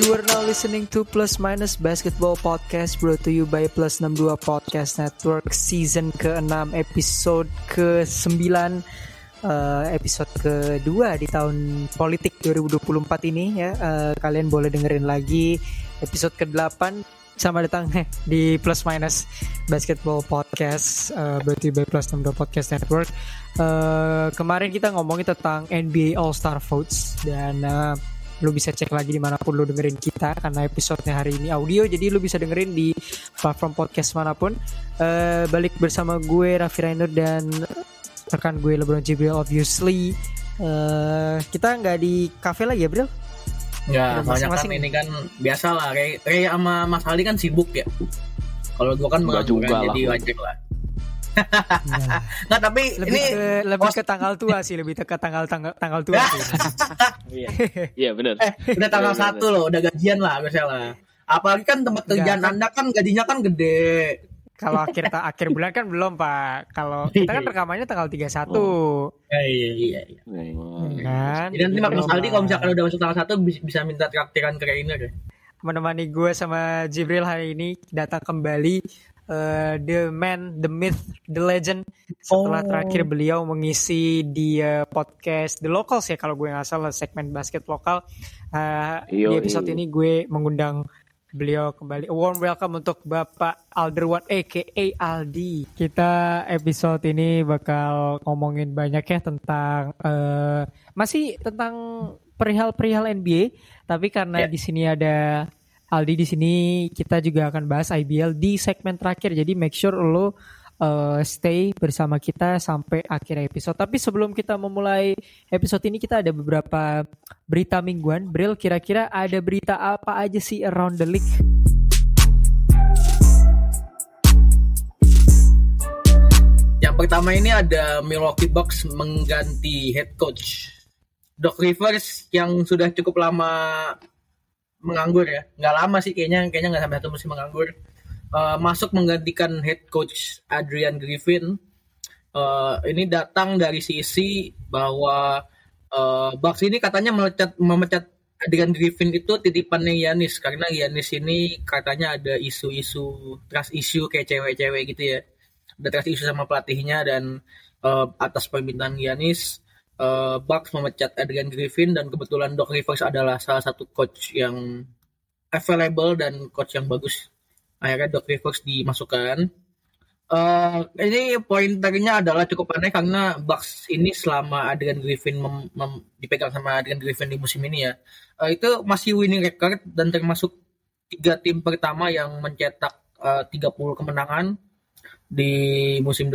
You are now listening to Plus Minus Basketball Podcast, brought to you by Plus 62 Podcast Network, season ke-6, episode ke-9, episode kedua di tahun politik 2024 ini ya. Kalian boleh dengerin lagi episode ke-8. Selamat datang di Plus Minus Basketball Podcast, brought to you by Plus 62 Podcast Network. Kemarin kita ngomongin tentang NBA All-Star Votes, dan lu bisa cek lagi dimanapun lu dengerin kita, karena episodenya hari ini audio, jadi lu bisa dengerin di platform podcast manapun. Balik bersama gue Raffi Rainer dan rekan gue LeBron Jibril, obviously. Kita nggak di cafe lagi ya, Bril? Ya, soalnya kan ini kan biasa lah, kayak sama Mas Ali kan sibuk ya. Kalau gue kan menganggur kan, jadi wajar lah. Nggak, tapi lebih ke tanggal tua sih, lebih ke tanggal tua sih. Iya benar. Udah tanggal 1 loh, udah gajian lah misalnya. Apalagi kan tempat kerjaan Anda kan gajinya kan gede. Kalau akhir bulan kan belum, Pak. Kalau kita kan rekamannya tanggal 31. Iya. Kan? Jadi nanti Mas Aldi kalau misalkan udah masuk tanggal 1 bisa minta traktiran ke Rainer ya. Menemani gue sama Jibril hari ini datang kembali the man, the myth, the legend. Setelah terakhir beliau mengisi di podcast The Locals ya, kalau gue nggak salah, segmen basket lokal. Di episode ini gue mengundang beliau kembali. A warm welcome untuk Bapak Alderwan aka Aldi. Kita episode ini bakal ngomongin banyak ya tentang masih tentang perihal NBA, tapi karena di sini ada Aldi di sini, kita juga akan bahas IBL di segmen terakhir. Jadi make sure lo stay bersama kita sampai akhir episode. Tapi sebelum kita memulai episode ini, kita ada beberapa berita mingguan. Bril, kira-kira ada berita apa aja sih around the league? Yang pertama ini ada Milwaukee Bucks mengganti head coach. Doc Rivers yang sudah cukup lama menganggur ya, nggak lama sih, kayaknya nggak sampai 1 musim menganggur, masuk menggantikan head coach Adrian Griffin. Ini datang dari sisi bahwa Bucks ini katanya memecat Adrian Griffin itu titipannya Giannis, karena Giannis ini katanya ada isu-isu trust issue kayak cewek-cewek gitu ya, ada trust issue sama pelatihnya, dan atas permintaan Giannis, Bucks memecat Adrian Griffin, dan kebetulan Doc Rivers adalah salah satu coach yang available dan coach yang bagus. Akhirnya Doc Rivers dimasukkan. Ini pointernya adalah cukup aneh karena Bucks ini selama Adrian Griffin dipegang sama Adrian Griffin di musim ini ya, itu masih winning record dan termasuk 3 tim pertama yang mencetak 30 kemenangan di musim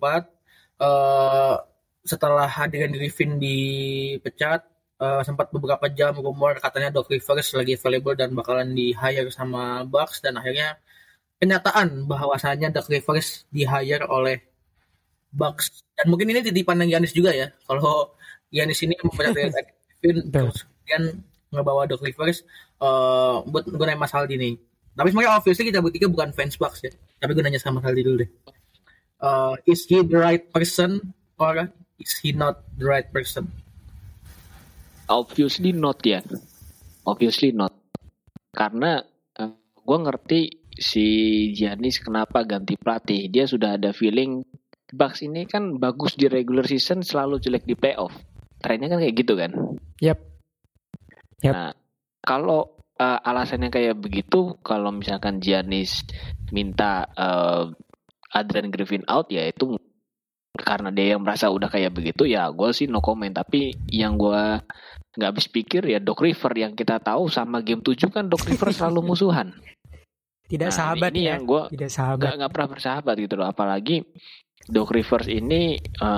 2024. Setelah Adrian Griffin dipecat, sempat beberapa jam rumor katanya Doc Rivers lagi available dan bakalan di-hire sama Bucks, dan akhirnya kenyataan bahwasannya Doc Rivers di-hire oleh Bucks. Dan mungkin ini titipan Giannis juga ya, kalau Giannis ini memecat Adrian Griffin terus kemudian ngebawa Doc Rivers buat nanya Mas Aldi nih. Tapi sebenarnya obviously kita bertiga bukan fans Bucks ya, tapi gue nanya sama Mas Aldi dulu deh. Is he the right person or is he not the right person? Obviously not ya. Obviously not. Karena gue ngerti si Giannis kenapa ganti pelatih. Dia sudah ada feeling Bucks ini kan bagus di regular season, selalu jelek di playoff. Trennya kan kayak gitu kan. Yep. Nah, kalau alasannya kayak begitu, kalau misalkan Giannis minta Adrian Griffin out, ya itu karena dia yang merasa udah kayak begitu, ya gue sih no comment. Tapi yang gue gak habis pikir ya Doc Rivers, yang kita tahu sama game 7 kan Doc Rivers selalu musuhan. Tidak sahabat ini ya. Yang gue gak pernah bersahabat gitu loh. Apalagi Doc Rivers ini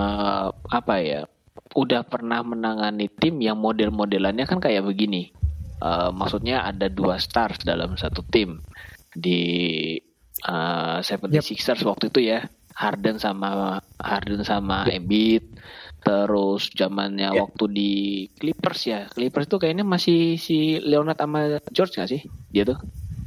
udah pernah menangani tim yang model-modelannya kan kayak begini. Maksudnya ada 2 stars dalam satu tim di 76ers waktu itu ya. Harden sama Embiid. Terus zamannya waktu di Clippers ya. Clippers itu kayaknya masih si Leonard sama George gak sih dia tuh?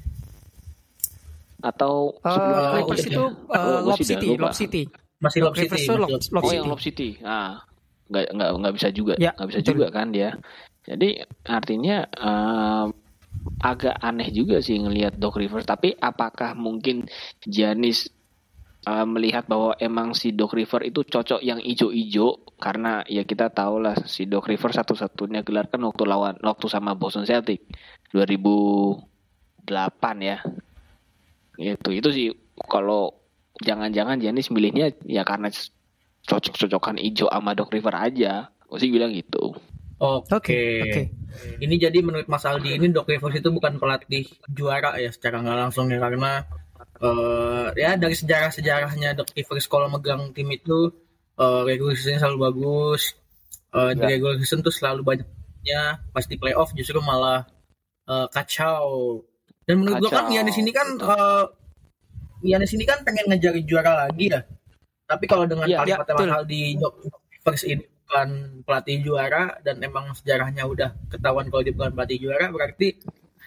Atau Clippers itu Lob City. Masih Lob City. Yang Lob City. Nah, nggak bisa juga. Nggak bisa juga kan dia. Jadi artinya agak aneh juga sih ngelihat Doc Rivers. Tapi apakah mungkin Giannis melihat bahwa emang si Doc Rivers itu cocok yang ijo-ijo, karena ya kita tahu lah si Doc Rivers satu-satunya gelar kan waktu sama Boston Celtics 2008 ya. Itu sih kalau jangan-jangan Giannis milihnya ya karena cocok-cocokan ijo sama Doc Rivers aja. Gue sih bilang gitu. Oke. Ini jadi menurut Mas Aldi ini Doc Rivers itu bukan pelatih juara ya secara nggak langsung ya, karena ya dari sejarahnya Doc Rivers kalau megang tim itu regular season selalu bagus. Di regular season tuh selalu banyaknya, pas di playoff justru malah kacau. Dan menurut gue kan Giannis ini kan pengen ngejar juara lagi ya. Tapi kalau dengan kalimat Mas Aldi, Doc Rivers ini bukan pelatih juara dan emang sejarahnya udah ketahuan kalau dia bukan pelatih juara, berarti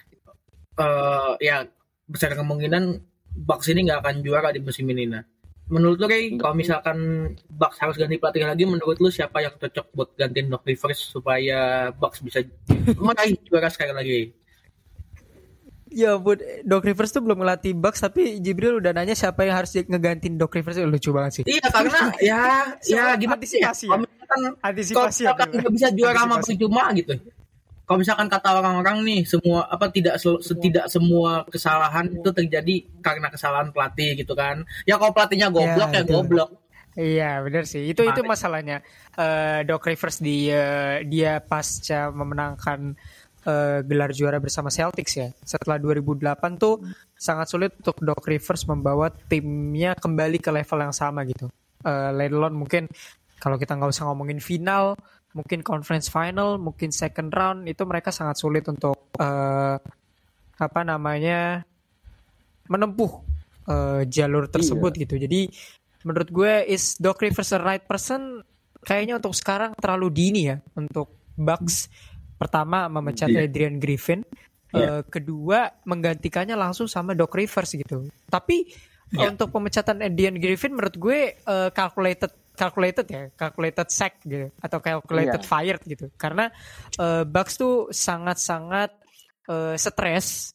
ya besar kemungkinan Bucks ini nggak akan juara di musim ini. Nah, menurut lo Ray, kalau misalkan Bucks harus ganti pelatih lagi, menurut lo siapa yang cocok buat gantiin Doc Rivers supaya Bucks bisa meraih juara sekali lagi? Ya buat Doc Rivers tuh belum ngelatih Bucks, tapi Jibril udah nanya siapa yang harus ngegantiin Doc Rivers. Lucu banget sih. Iya, karena ya gimana antisipasi ya? Antisipasi kalau nggak bisa juara sama percuma gitu. Kalau misalkan kata orang-orang nih, tidak semua kesalahan itu terjadi karena kesalahan pelatih gitu kan. Ya kalau pelatihnya goblok ya goblok. Iya benar sih. Itu masalahnya. Doc Rivers dia pasca memenangkan gelar juara bersama Celtics ya. Setelah 2008 tuh sangat sulit untuk Doc Rivers membawa timnya kembali ke level yang sama gitu. Let alone mungkin kalau kita nggak usah ngomongin final, mungkin conference final, mungkin second round, itu mereka sangat sulit untuk menempuh jalur tersebut gitu. Jadi menurut gue is Doc Rivers the right person? Kayaknya untuk sekarang terlalu dini ya untuk Bucks. Pertama memecat Adrian Griffin, kedua menggantikannya langsung sama Doc Rivers gitu. Tapi untuk pemecatan Adrian Griffin menurut gue calculated sack gitu atau calculated fired gitu. Karena Bucks tuh sangat-sangat stres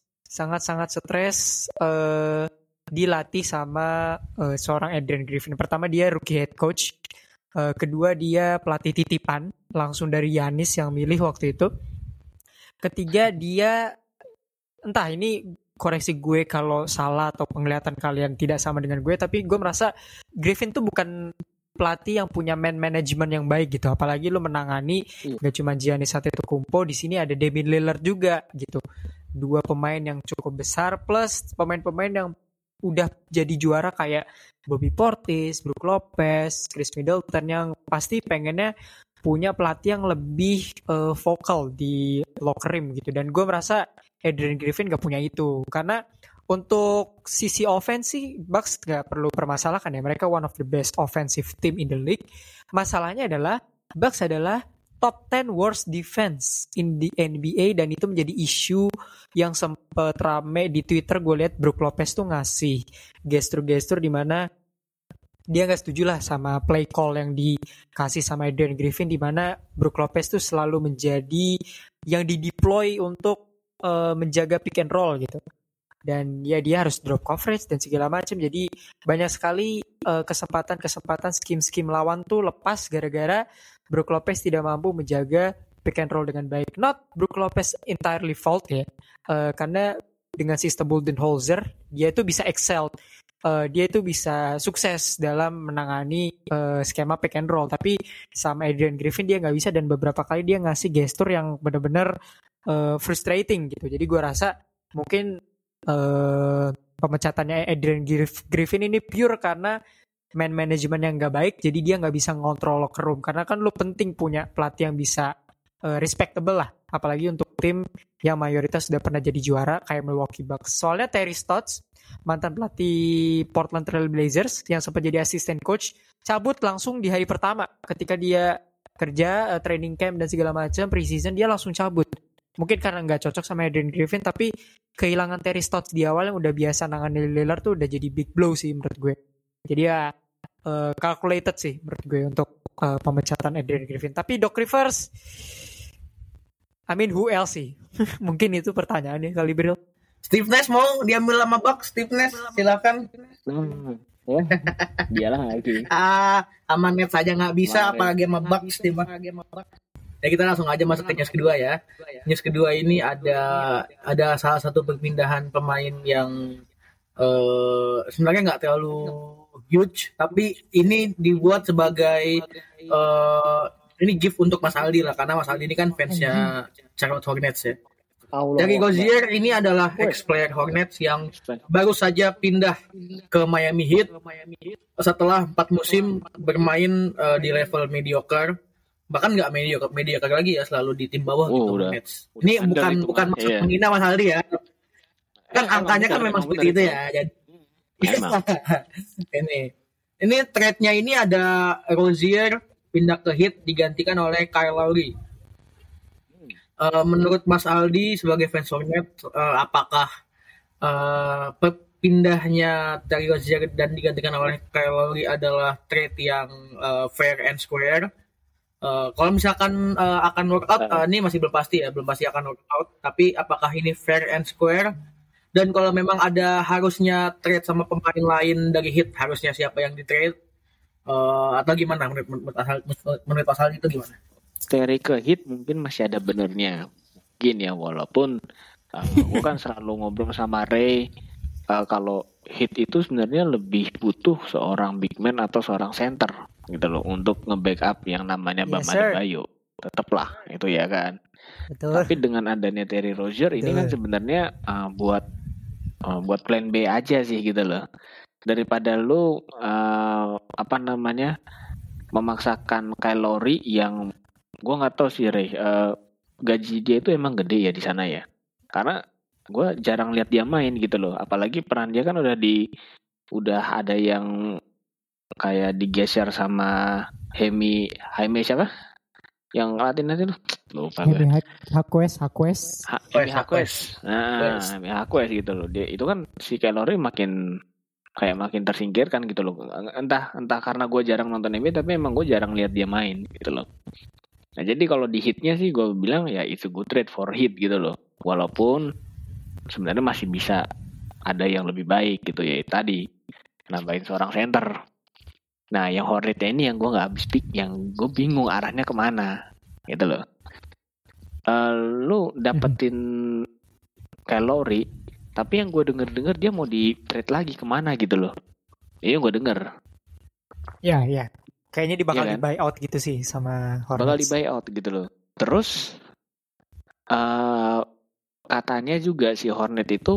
dilatih sama seorang Adrian Griffin. Pertama dia rookie head coach. Kedua dia pelatih titipan langsung dari Giannis yang milih waktu itu. Ketiga dia entah ini koreksi gue kalau salah atau penglihatan kalian tidak sama dengan gue, tapi gue merasa Griffin tuh bukan pelatih yang punya man management yang baik gitu. Apalagi lu menangani gak cuma Giannis Antetokounmpo, di sini ada Damian Lillard juga gitu. Dua pemain yang cukup besar plus pemain-pemain yang udah jadi juara kayak Bobby Portis, Brook Lopez, Chris Middleton yang pasti pengennya punya pelatih yang lebih vokal di locker room gitu. Dan gue merasa Adrian Griffin gak punya itu. Karena untuk sisi offense sih Bucks gak perlu permasalahkan ya. Mereka one of the best offensive team in the league. Masalahnya adalah Bucks adalah top 10 worst defense in the NBA, dan itu menjadi isu yang sempat rame di Twitter. Gue lihat Brook Lopez tuh ngasih gestur-gestur di mana dia nggak setuju lah sama play call yang dikasih sama Adrian Griffin, di mana Brook Lopez tuh selalu menjadi yang dideploy untuk menjaga pick and roll gitu. Dan ya dia harus drop coverage dan segala macam. Jadi banyak sekali kesempatan scheme lawan tuh lepas gara-gara Brook Lopez tidak mampu menjaga pick and roll dengan baik. Not Brook Lopez entirely fault ya. Karena dengan sistem Budenholzer dia itu bisa excel. Dia itu bisa sukses dalam menangani skema pick and roll. Tapi sama Adrian Griffin dia nggak bisa, dan beberapa kali dia ngasih gestur yang benar-benar frustrating gitu. Jadi gue rasa mungkin pemecatannya Adrian Griffin ini pure karena man management yang nggak baik, jadi dia nggak bisa ngontrol locker room. Karena kan lu penting punya pelatih yang bisa respectable lah, apalagi untuk tim yang mayoritas sudah pernah jadi juara kayak Milwaukee Bucks. Soalnya Terry Stotts, mantan pelatih Portland Trail Blazers yang sempat jadi asisten coach, cabut langsung di hari pertama ketika dia kerja training camp dan segala macam preseason, dia langsung cabut. Mungkin karena nggak cocok sama Adrian Griffin, tapi kehilangan Terry Stotts di awal yang udah biasa nanganin Lillard tuh udah jadi big blow sih menurut gue. Jadi ya calculated sih menurut gue untuk pemecatan Adrian Griffin. Tapi Doc Rivers I mean who else sih? Mungkin itu pertanyaannya kali Bril. Steve Nash mau diambil sama Bucks. Steve Nash silakan. Ya, dialah lagi. Sama Nets saja nggak bisa, apalagi sama Bucks nih Bang. Ya kita langsung aja masuk ke news kedua ya. News kedua ini ada salah satu perpindahan pemain yang sebenarnya nggak terlalu huge, tapi ini dibuat sebagai ini gift untuk Mas Aldi lah, karena Mas Aldi ini kan fansnya Charlotte Hornets ya. Terry Rozier ini adalah ex-player Hornets yang baru saja pindah ke Miami Heat setelah 4 musim bermain di level mediocre, bahkan nggak mediocre lagi ya, selalu di tim bawah gitu Hornets. Ini bukan maksud menghina Mas Aldi ya, kan angkanya kan memang seperti itu ya. Jadi ini trade-nya ini ada Rozier pindah ke Heat digantikan oleh Kyle Lowry. Menurut Mas Aldi sebagai fans Hornets, apakah pindahnya Terry Rozier dan digantikan oleh Kyle Lowry adalah trade yang fair and square? Kalau misalkan akan work out, ini masih belum pasti akan work out, tapi apakah ini fair and square? Dan kalau memang ada harusnya trade sama pemain lain dari Heat, harusnya siapa yang di trade? Atau gimana menurut Mas Aldi itu gimana? Terry ke Heat mungkin masih ada benernya, mungkin ya, walaupun gue kan selalu ngobrol sama Ray, kalau Heat itu sebenarnya lebih butuh seorang big man atau seorang center gitu loh untuk nge-backup yang namanya Bam Adebayo, tetaplah itu ya kan. Betul. Tapi dengan adanya Terry Rozier ini kan sebenarnya buat plan B aja sih gitu loh, daripada lu memaksakan Kyle Lowry yang gue nggak tahu sih Ray, gaji dia itu emang gede ya di sana ya, karena gue jarang lihat dia main gitu loh, apalagi peran dia kan udah ada yang kayak digeser sama Jaime siapa yang latih nanti lupa gue. Hakwes. Jaime Hakwes gitu loh, dia itu kan si Kyle Lowry makin tersingkirkan gitu loh, entah karena gue jarang nonton NBA, tapi emang gue jarang lihat dia main gitu loh. Nah jadi kalau di Heat-nya sih gue bilang ya it's a good trade for Heat gitu loh, walaupun sebenarnya masih bisa ada yang lebih baik gitu ya, tadi nambahin seorang center. Nah yang Hornets ini yang gue nggak habis pick, yang gue bingung arahnya kemana gitu loh. Lu dapetin Kyle Lowry, tapi yang gue denger dia mau di trade lagi kemana gitu loh. Iya gue denger. Ya. Kayaknya bakal di buyout gitu sih sama Hornets. Bakal di buyout gitu loh. Terus katanya juga si Hornet itu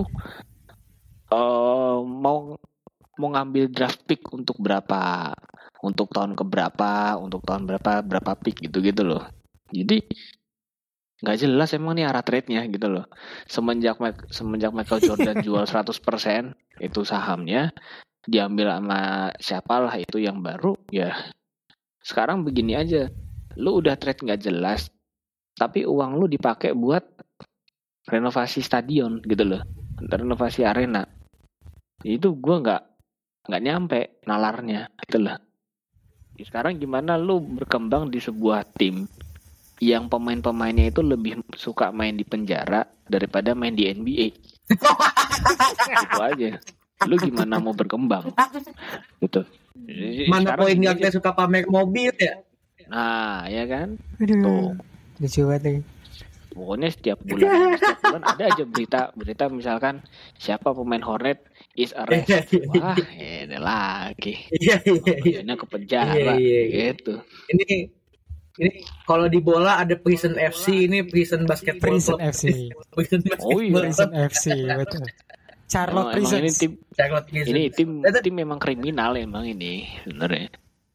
mau ngambil draft pick untuk berapa, untuk tahun keberapa, untuk tahun berapa pick gitu loh. Jadi nggak jelas emang nih arah trade-nya gitu loh. Semenjak Michael Jordan jual 100% itu sahamnya, diambil sama siapalah itu yang baru ya. Sekarang begini aja, lu udah trade nggak jelas, tapi uang lu dipakai buat renovasi stadion gitu loh, renovasi arena. Itu gue nggak nyampe nalarnya gitu loh. Sekarang gimana lu berkembang di sebuah tim yang pemain-pemainnya itu lebih suka main di penjara daripada main di NBA? Itu aja. Lu gimana mau berkembang gitu? Mana poin guardnya suka pamer mobil ya? Nah ya kan. Tuh lucu banget. Pokoknya setiap bulan ada aja berita misalkan siapa pemain Hornet is arrested. Wah ini lagi. Ini ke penjara gitu. Ini kalau di bola ada Prison FC, ini Prison Basketball Prison FC. Prison FC betul. Charlotte Prison. Ini tim memang kriminal emang ini sebenarnya.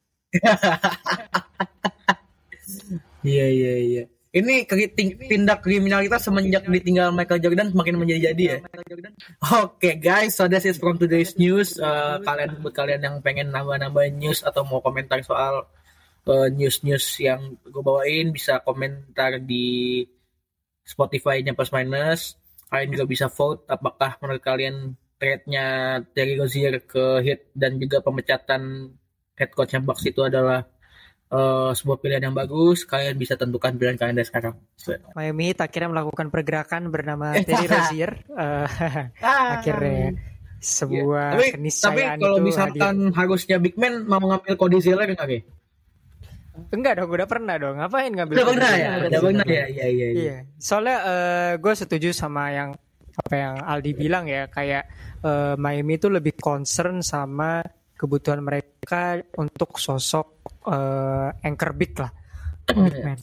Iya. Ini tindak kriminalitas semenjak ditinggal Michael Jordan semakin menjadi-jadi ya. Oke guys, so that's it from today's news. Kalian yang pengen nambah news atau mau komentar soal news yang gue bawain, bisa komentar di Spotify-nya Plus Minus. Kalian juga bisa vote apakah menurut kalian trade-nya Terry Rozier ke Heat dan juga pemecatan head coach-nya Bucks itu adalah sebuah pilihan yang bagus. Kalian bisa tentukan pilihan kalian dari sekarang. Miami Heat akhirnya melakukan pergerakan bernama Terry Rozier. Akhirnya sebuah Tapi keniscayaan kalau itu misalkan hadir. harusnya big man mau ngambil Cody Zeller enggak, Ge? Enggak dong, udah pernah dong. Ngapain ngambil? Udah pernah Cody ya? Zeller? Udah pernah ya? Iya. Iya. Soalnya gue setuju sama yang apa yang Aldi bilang ya, kayak Miami itu lebih concern sama kebutuhan mereka untuk sosok anchor big lah, big man.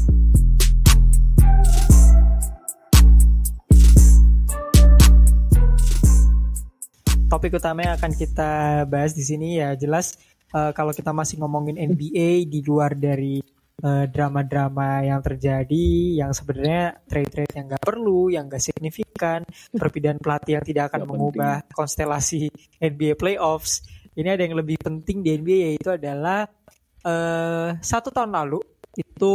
Topik utama yang akan kita bahas di sini ya jelas kalau kita masih ngomongin NBA di luar dari drama-drama yang terjadi, yang sebenarnya trade-trade yang nggak perlu, yang nggak signifikan, perpindahan pelatih yang tidak akan mengubah konstelasi NBA playoffs. Ini ada yang lebih penting di NBA, yaitu adalah 1 tahun lalu itu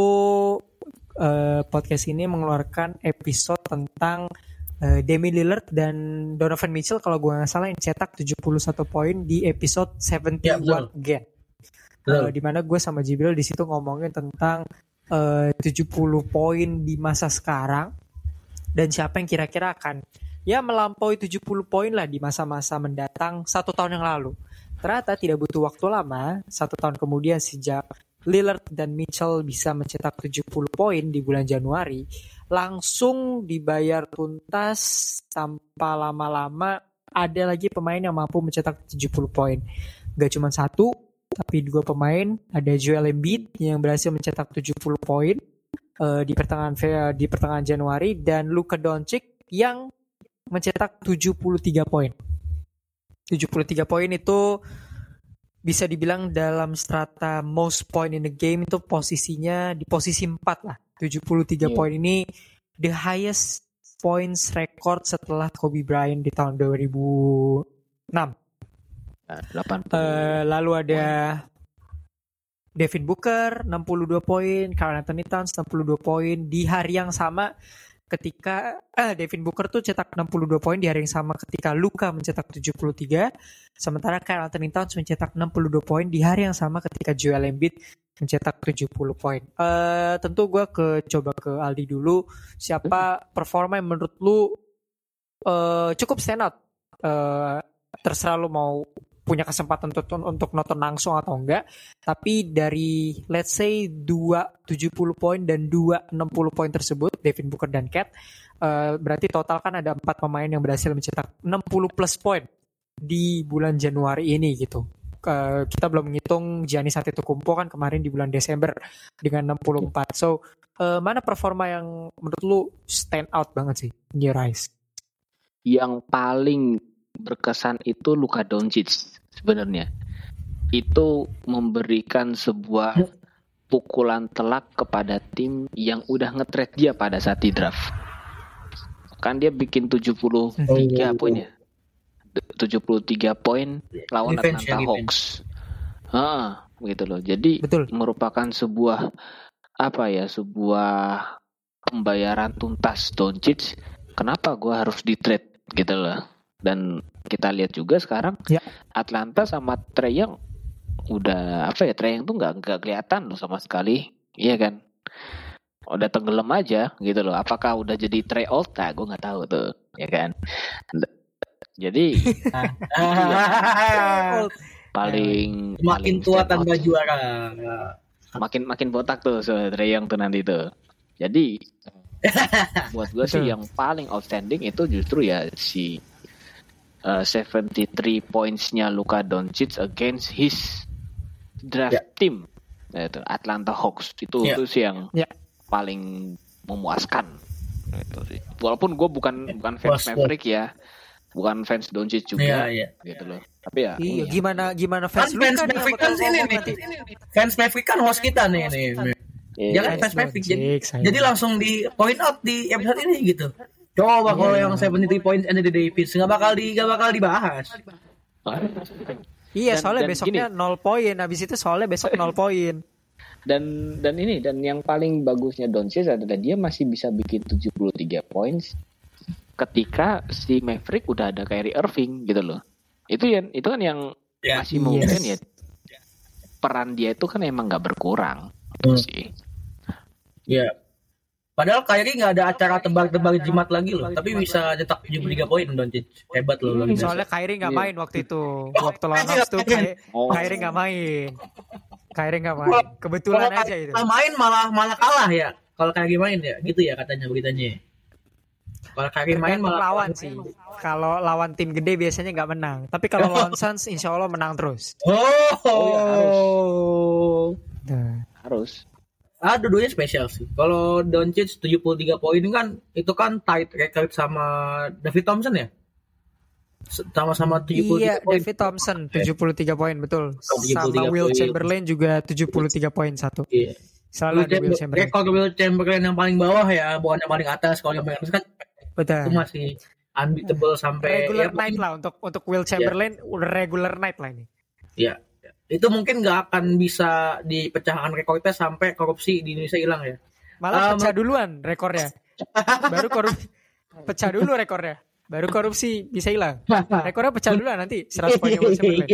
podcast ini mengeluarkan episode tentang Damian Lillard dan Donovan Mitchell kalau gue nggak salah yang cetak 71 poin di episode 71 again. Di mana gue sama Jibril di situ ngomongin tentang 70 poin di masa sekarang dan siapa yang kira-kira akan ya melampaui 70 poin lah di masa-masa mendatang 1 tahun yang lalu. Ternyata tidak butuh waktu lama, 1 tahun kemudian sejak Lillard dan Mitchell bisa mencetak 70 poin di bulan Januari, langsung dibayar tuntas tanpa lama-lama. Ada lagi pemain yang mampu mencetak 70 poin. Gak cuma 1, tapi 2 pemain. Ada Joel Embiid yang berhasil mencetak 70 poin di pertengahan Januari, dan Luka Doncic yang mencetak 73 poin. 73 poin itu bisa dibilang dalam strata most point in the game itu posisinya di posisi 4 lah. 73 poin ini the highest points record setelah Kobe Bryant di tahun 2006. 80. Lalu ada Devin Booker 62 poin, Karl Anthony Towns 62 poin di hari yang sama ketika Devin Booker tuh cetak 62 poin di hari yang sama ketika Luka mencetak 73, sementara Karl Anthony Towns mencetak 62 poin di hari yang sama ketika Joel Embiid mencetak 70 poin. Tentu gue coba ke Aldi dulu, siapa performa yang menurut lu cukup stand out? Terserah lu mau punya kesempatan untuk nonton langsung atau enggak, tapi dari let's say 2 70 poin dan 2 60 poin tersebut, Devin Booker dan Cat, berarti total kan ada 4 pemain yang berhasil mencetak 60 plus poin di bulan Januari ini gitu. Kita belum menghitung Giannis Antetokounmpo kan kemarin di bulan Desember dengan 64. So mana performa yang menurut lu stand out banget sih in your eyes? Yang paling berkesan itu Luka Doncic sebenarnya. Itu memberikan sebuah pukulan telak kepada tim yang udah nge-trade dia pada saat di draft. Kan dia bikin 73 poin ya. 73 poin lawan Atlanta Hawks. Gitu loh. Jadi merupakan sebuah sebuah pembayaran tuntas Doncic. Kenapa gua harus di-trade gitu loh. Dan kita lihat juga sekarang Atlanta sama Trae Young udah Trae Young tuh nggak kelihatan loh sama sekali, iya kan? Udah tenggelam aja gitu loh. Apakah udah jadi Trae Olta? Gue nggak tahu tuh, ya kan? Jadi paling tua tanpa juara, makin botak tuh Trae Young tuh nanti tuh. Jadi buat gue sih yang paling outstanding itu justru ya si 73 points-nya Luka Doncic against his draft team, yaitu Atlanta Hawks. Itu sih yang paling memuaskan. Itu sih. Walaupun gue bukan fans Maverick ya, bukan fans Doncic juga, gitu loh. Tapi ya. Iya, gimana fans Luka nih? Fans Maverick kan host kita nih. Jangan fans Maverick. Jadi langsung di point out di episode ini gitu. Coba kalau yang 73 points Anthony Davis nggak bakal dibahas. Iya, soalnya besoknya 0 poin. Habis itu soalnya besok 0 poin. Dan yang paling bagusnya Doncic adalah dia masih bisa bikin 73 points ketika si Maverick udah ada Kyrie Irving gitu loh. Itu kan yang masih mungkin ya. peran dia itu kan emang nggak berkurang sih. Ya. Padahal Kyrie nggak ada acara tebak-tebak jimat lagi loh, tapi bisa cetak 73 poin Doncic. Hebat loh. Soalnya Kyrie nggak main waktu itu. Waktu lawan Hawks tuh Kyrie nggak main. Kyrie nggak main. Kebetulan aja itu. Kalau main malah kalah ya. Kalau Kyrie main ya, gitu ya katanya beritanya. Kalau Kyrie main malah lawan sih. Kalau lawan tim gede biasanya nggak menang. Tapi kalau lawan Suns, insya Allah menang terus. Harus. Dua-duanya spesial sih. Kalau Doncic 73 poin kan itu kan tight record sama David Thompson ya? Sama-sama 73 iya, poin. David Thompson 73 poin betul. Sama Will Chamberlain juga 73 poin satu. Iya. Selalu ada Will Chamberlain. Rekor Will Chamberlain yang paling bawah ya, bukan yang paling atas. Kalau yang paling atas kan betul. Itu masih unbeatable sampai regular night lah untuk Will Chamberlain regular night lah ini. Iya. Itu mungkin nggak akan bisa dipecahkan rekornya sampai korupsi di Indonesia hilang ya. Malah pecah duluan rekornya. Baru korupsi. Pecah dulu rekornya. Baru korupsi bisa hilang. Rekornya pecah duluan nanti 100 poin Will Chamberlain.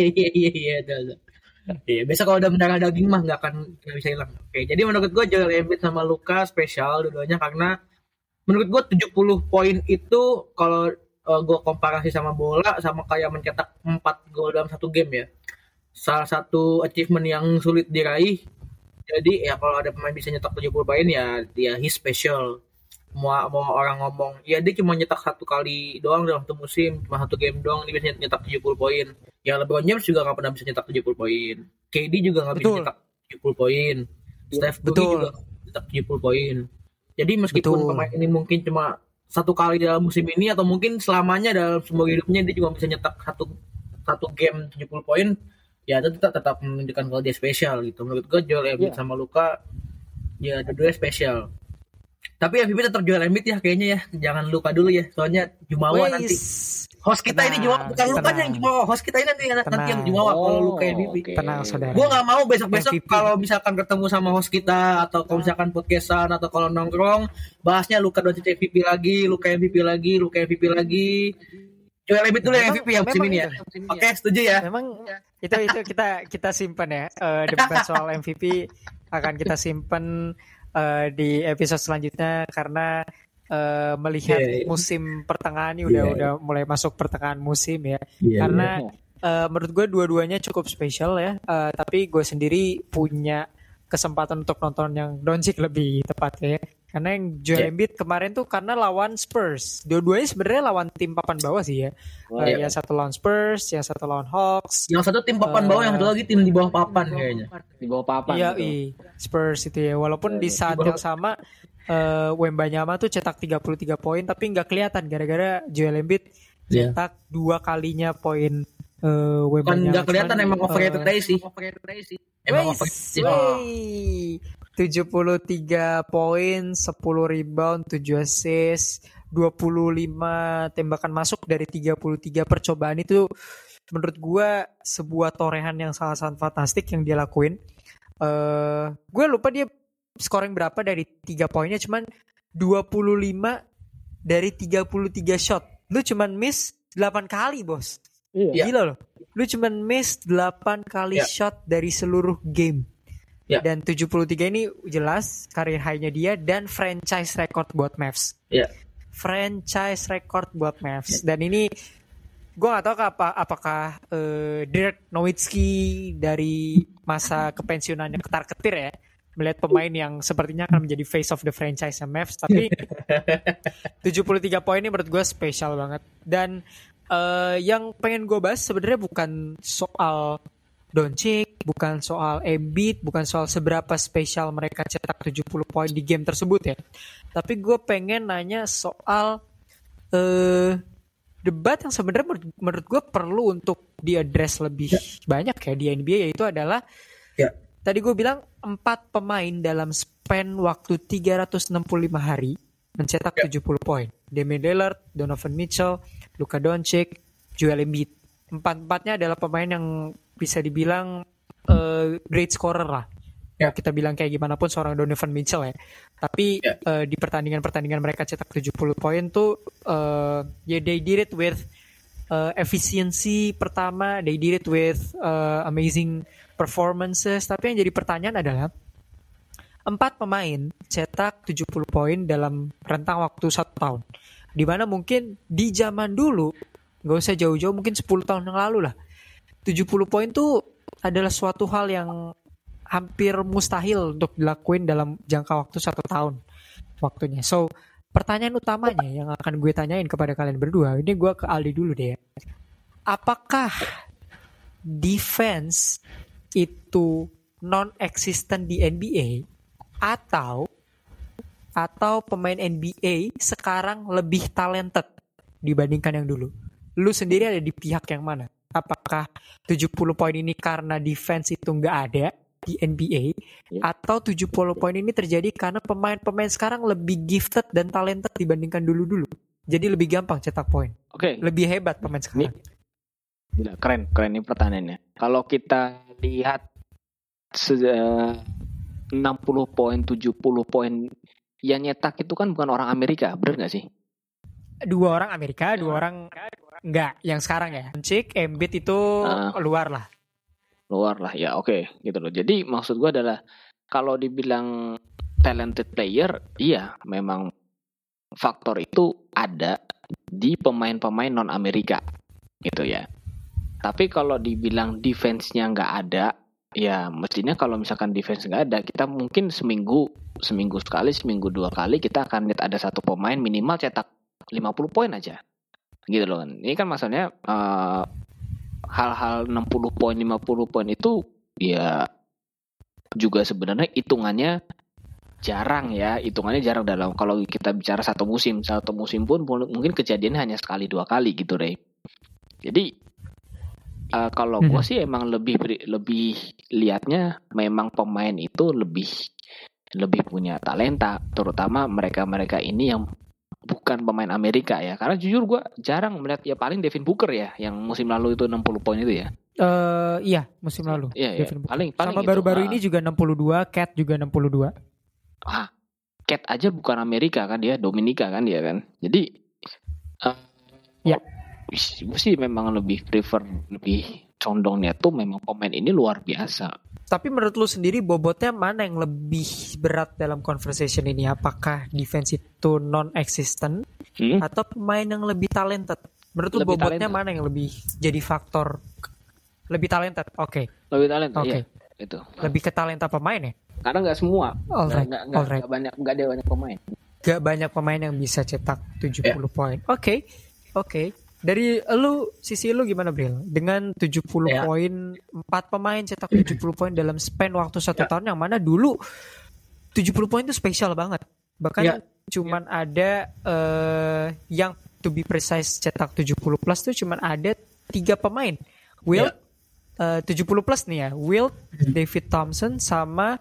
Iya, biasa kalau udah mendarah daging mah nggak bisa hilang. Oke, jadi menurut gue Joel Embiid sama Luka spesial dua-duanya karena menurut gue 70 poin itu kalau gue komparasi sama bola sama kayak mencetak 4 gol dalam satu game ya. Salah satu achievement yang sulit diraih. Jadi ya kalau ada pemain bisa nyetak 70 poin ya dia his special. Mau orang ngomong ya dia cuma nyetak satu kali doang dalam satu musim, cuma satu game doang dia bisa nyetak 70 poin. Ya LeBron James juga nggak pernah bisa nyetak 70 poin. KD juga nggak bisa nyetak 70 poin. Steph Curry juga nyetak 70 poin. Jadi meskipun pemain ini mungkin cuma satu kali dalam musim ini atau mungkin selamanya dalam semua hidupnya dia cuma bisa nyetak satu game 70 poin, ya itu tetap menunjukkan kalau dia spesial gitu. Menurut gue Joel Embiid sama Luka ya dua-duanya spesial. Tapi MVP tetap Joel Embiid ya kayaknya ya. Jangan lupa dulu ya. Soalnya Jumawa nanti. Host kita ini Jumawa bukan Luka yang Jumawa. Host kita ini nanti yang Jumawa kalau Luka MVP. Tenang saudara. Gue nggak mau besok-besok kalau misalkan ketemu sama host kita atau kalau misalkan podcastan atau kalau nongkrong bahasnya Luka Doncic MVP lagi, Luka MVP lagi, Luka MVP lagi. Joel Embiid dulu yang MVP yang musim ini ya. Oke, setuju ya. Memang itu kita simpan ya. Debat soal MVP akan kita simpan di episode selanjutnya karena melihat musim pertengahan ini udah mulai masuk pertengahan musim ya. Karena menurut gue dua-duanya cukup spesial ya. Tapi gue sendiri punya kesempatan untuk nonton yang Doncic lebih tepatnya ya. Karena yang Joel Embiid kemarin tuh karena lawan Spurs. Dua-duanya sebenarnya lawan tim papan bawah sih ya. Yang satu lawan Spurs, yang satu lawan Hawks. Yang satu tim papan bawah, yang satu lagi tim di bawah papan kayaknya. Di bawah papan. Iya, Spurs itu ya. Walaupun di saat yang sama Wembanyama tuh cetak 33 poin tapi nggak kelihatan gara-gara Joel Embiid cetak 2 kalinya poin Wembanyama. Kan nggak kelihatan emang overrated sih. Emang overrated. 73 poin, 10 rebound, 7 assist, 25 tembakan masuk dari 33 percobaan itu menurut gue sebuah torehan yang sangat-sangat fantastik yang dia lakuin. Gue lupa dia scoring berapa dari 3 poinnya, cuman 25 dari 33 shot. Lu cuman miss 8 kali, bos. Gila loh. Lu cuman miss 8 kali shot dari seluruh game. Dan 73 ini jelas karir high-nya dia dan franchise record buat Mavs. Franchise record buat Mavs. Dan ini gue gak tahu apakah Dirk Nowitzki dari masa kepensiunannya ketar-ketir ya melihat pemain yang sepertinya akan menjadi face of the franchise Mavs. Tapi 73 poin ini menurut gue spesial banget. Dan yang pengen gue bahas sebenarnya bukan soal Doncic, bukan soal Embiid, bukan soal seberapa spesial mereka cetak 70 poin di game tersebut ya. Tapi gue pengen nanya soal debat yang sebenarnya menurut gue perlu untuk diadres lebih banyak ya di NBA, yaitu adalah tadi gue bilang 4 pemain dalam span waktu 365 hari mencetak 70 poin. Damian Lillard, Donovan Mitchell, Luka Doncic, Joel Embiid. 4-4-nya adalah pemain yang bisa dibilang great scorer lah. Kita bilang kayak gimana pun seorang Donovan Mitchell ya. Tapi di pertandingan mereka cetak 70 poin tuh they did it with efisiensi pertama, they did it with amazing performances. Tapi yang jadi pertanyaan adalah 4 pemain cetak 70 poin dalam rentang waktu 1 tahun. Dimana mungkin di zaman dulu, gak usah jauh-jauh, mungkin 10 tahun yang lalu lah, 70 poin tuh adalah suatu hal yang hampir mustahil untuk dilakuin dalam jangka waktu 1 tahun waktunya. So, pertanyaan utamanya yang akan gue tanyain kepada kalian berdua, ini gue ke Aldi dulu deh ya. Apakah defense itu non-existent di NBA atau pemain NBA sekarang lebih talented dibandingkan yang dulu? Lu sendiri ada di pihak yang mana? Apakah 70 poin ini karena defense itu nggak ada di NBA, atau 70 poin ini terjadi karena pemain-pemain sekarang lebih gifted dan talented dibandingkan dulu-dulu? Jadi lebih gampang cetak poin. Oke. Lebih hebat pemain sekarang. Gila, keren ini pertanyaannya. Kalau kita lihat 60 poin, 70 poin yang nyetak itu kan bukan orang Amerika, bener nggak sih? 2 orang Amerika, 2 orang enggak, yang sekarang ya. Cik, Embiid itu luar lah ya, oke, gitu loh. Jadi maksud gue adalah kalau dibilang talented player, iya memang faktor itu ada di pemain-pemain non Amerika gitu ya. Tapi kalau dibilang defense-nya nggak ada, ya mestinya kalau misalkan defense nggak ada, kita mungkin seminggu sekali, seminggu 2 kali kita akan lihat ada satu pemain minimal cetak 50 poin aja gitu loh kan. Ini kan masalahnya hal-hal 60 poin 50 poin itu ya juga sebenarnya hitungannya jarang dalam kalau kita bicara satu musim pun mungkin kejadiannya hanya sekali 2 kali gitu Rey. Jadi kalau gue sih emang lebih lihatnya memang pemain itu lebih punya talenta, terutama mereka ini yang bukan pemain Amerika ya. Karena jujur gue jarang melihat, ya paling Devin Booker ya yang musim lalu itu 60 poin itu ya. Iya, musim lalu. Iya, paling sama baru-baru ini juga 62, Cat juga 62. Cat aja bukan Amerika kan, dia Dominika kan dia kan. Jadi ya. Gue sih memang lebih condongnya tuh memang pemain ini luar biasa. Tapi menurut lu sendiri bobotnya mana yang lebih berat dalam conversation ini? Apakah defense itu non-existent atau pemain yang lebih talented? Menurut lu bobotnya mana yang lebih jadi faktor lebih talented? Oke. Lebih talented, iya. Itu. Lebih ke talenta pemain ya? Karena nggak semua. Alright. Nggak ada banyak pemain. Gak banyak pemain yang bisa cetak 70 poin. Oke. Dari sisi lu gimana Bril? Dengan 70 poin, 4 pemain cetak 70 poin dalam span waktu 1 tahun, yang mana dulu 70 poin itu spesial banget. Bahkan cuman ada yang to be precise cetak 70 plus tuh cuman ada 3 pemain. Wilt 70 plus nih ya. Wilt, David Thompson sama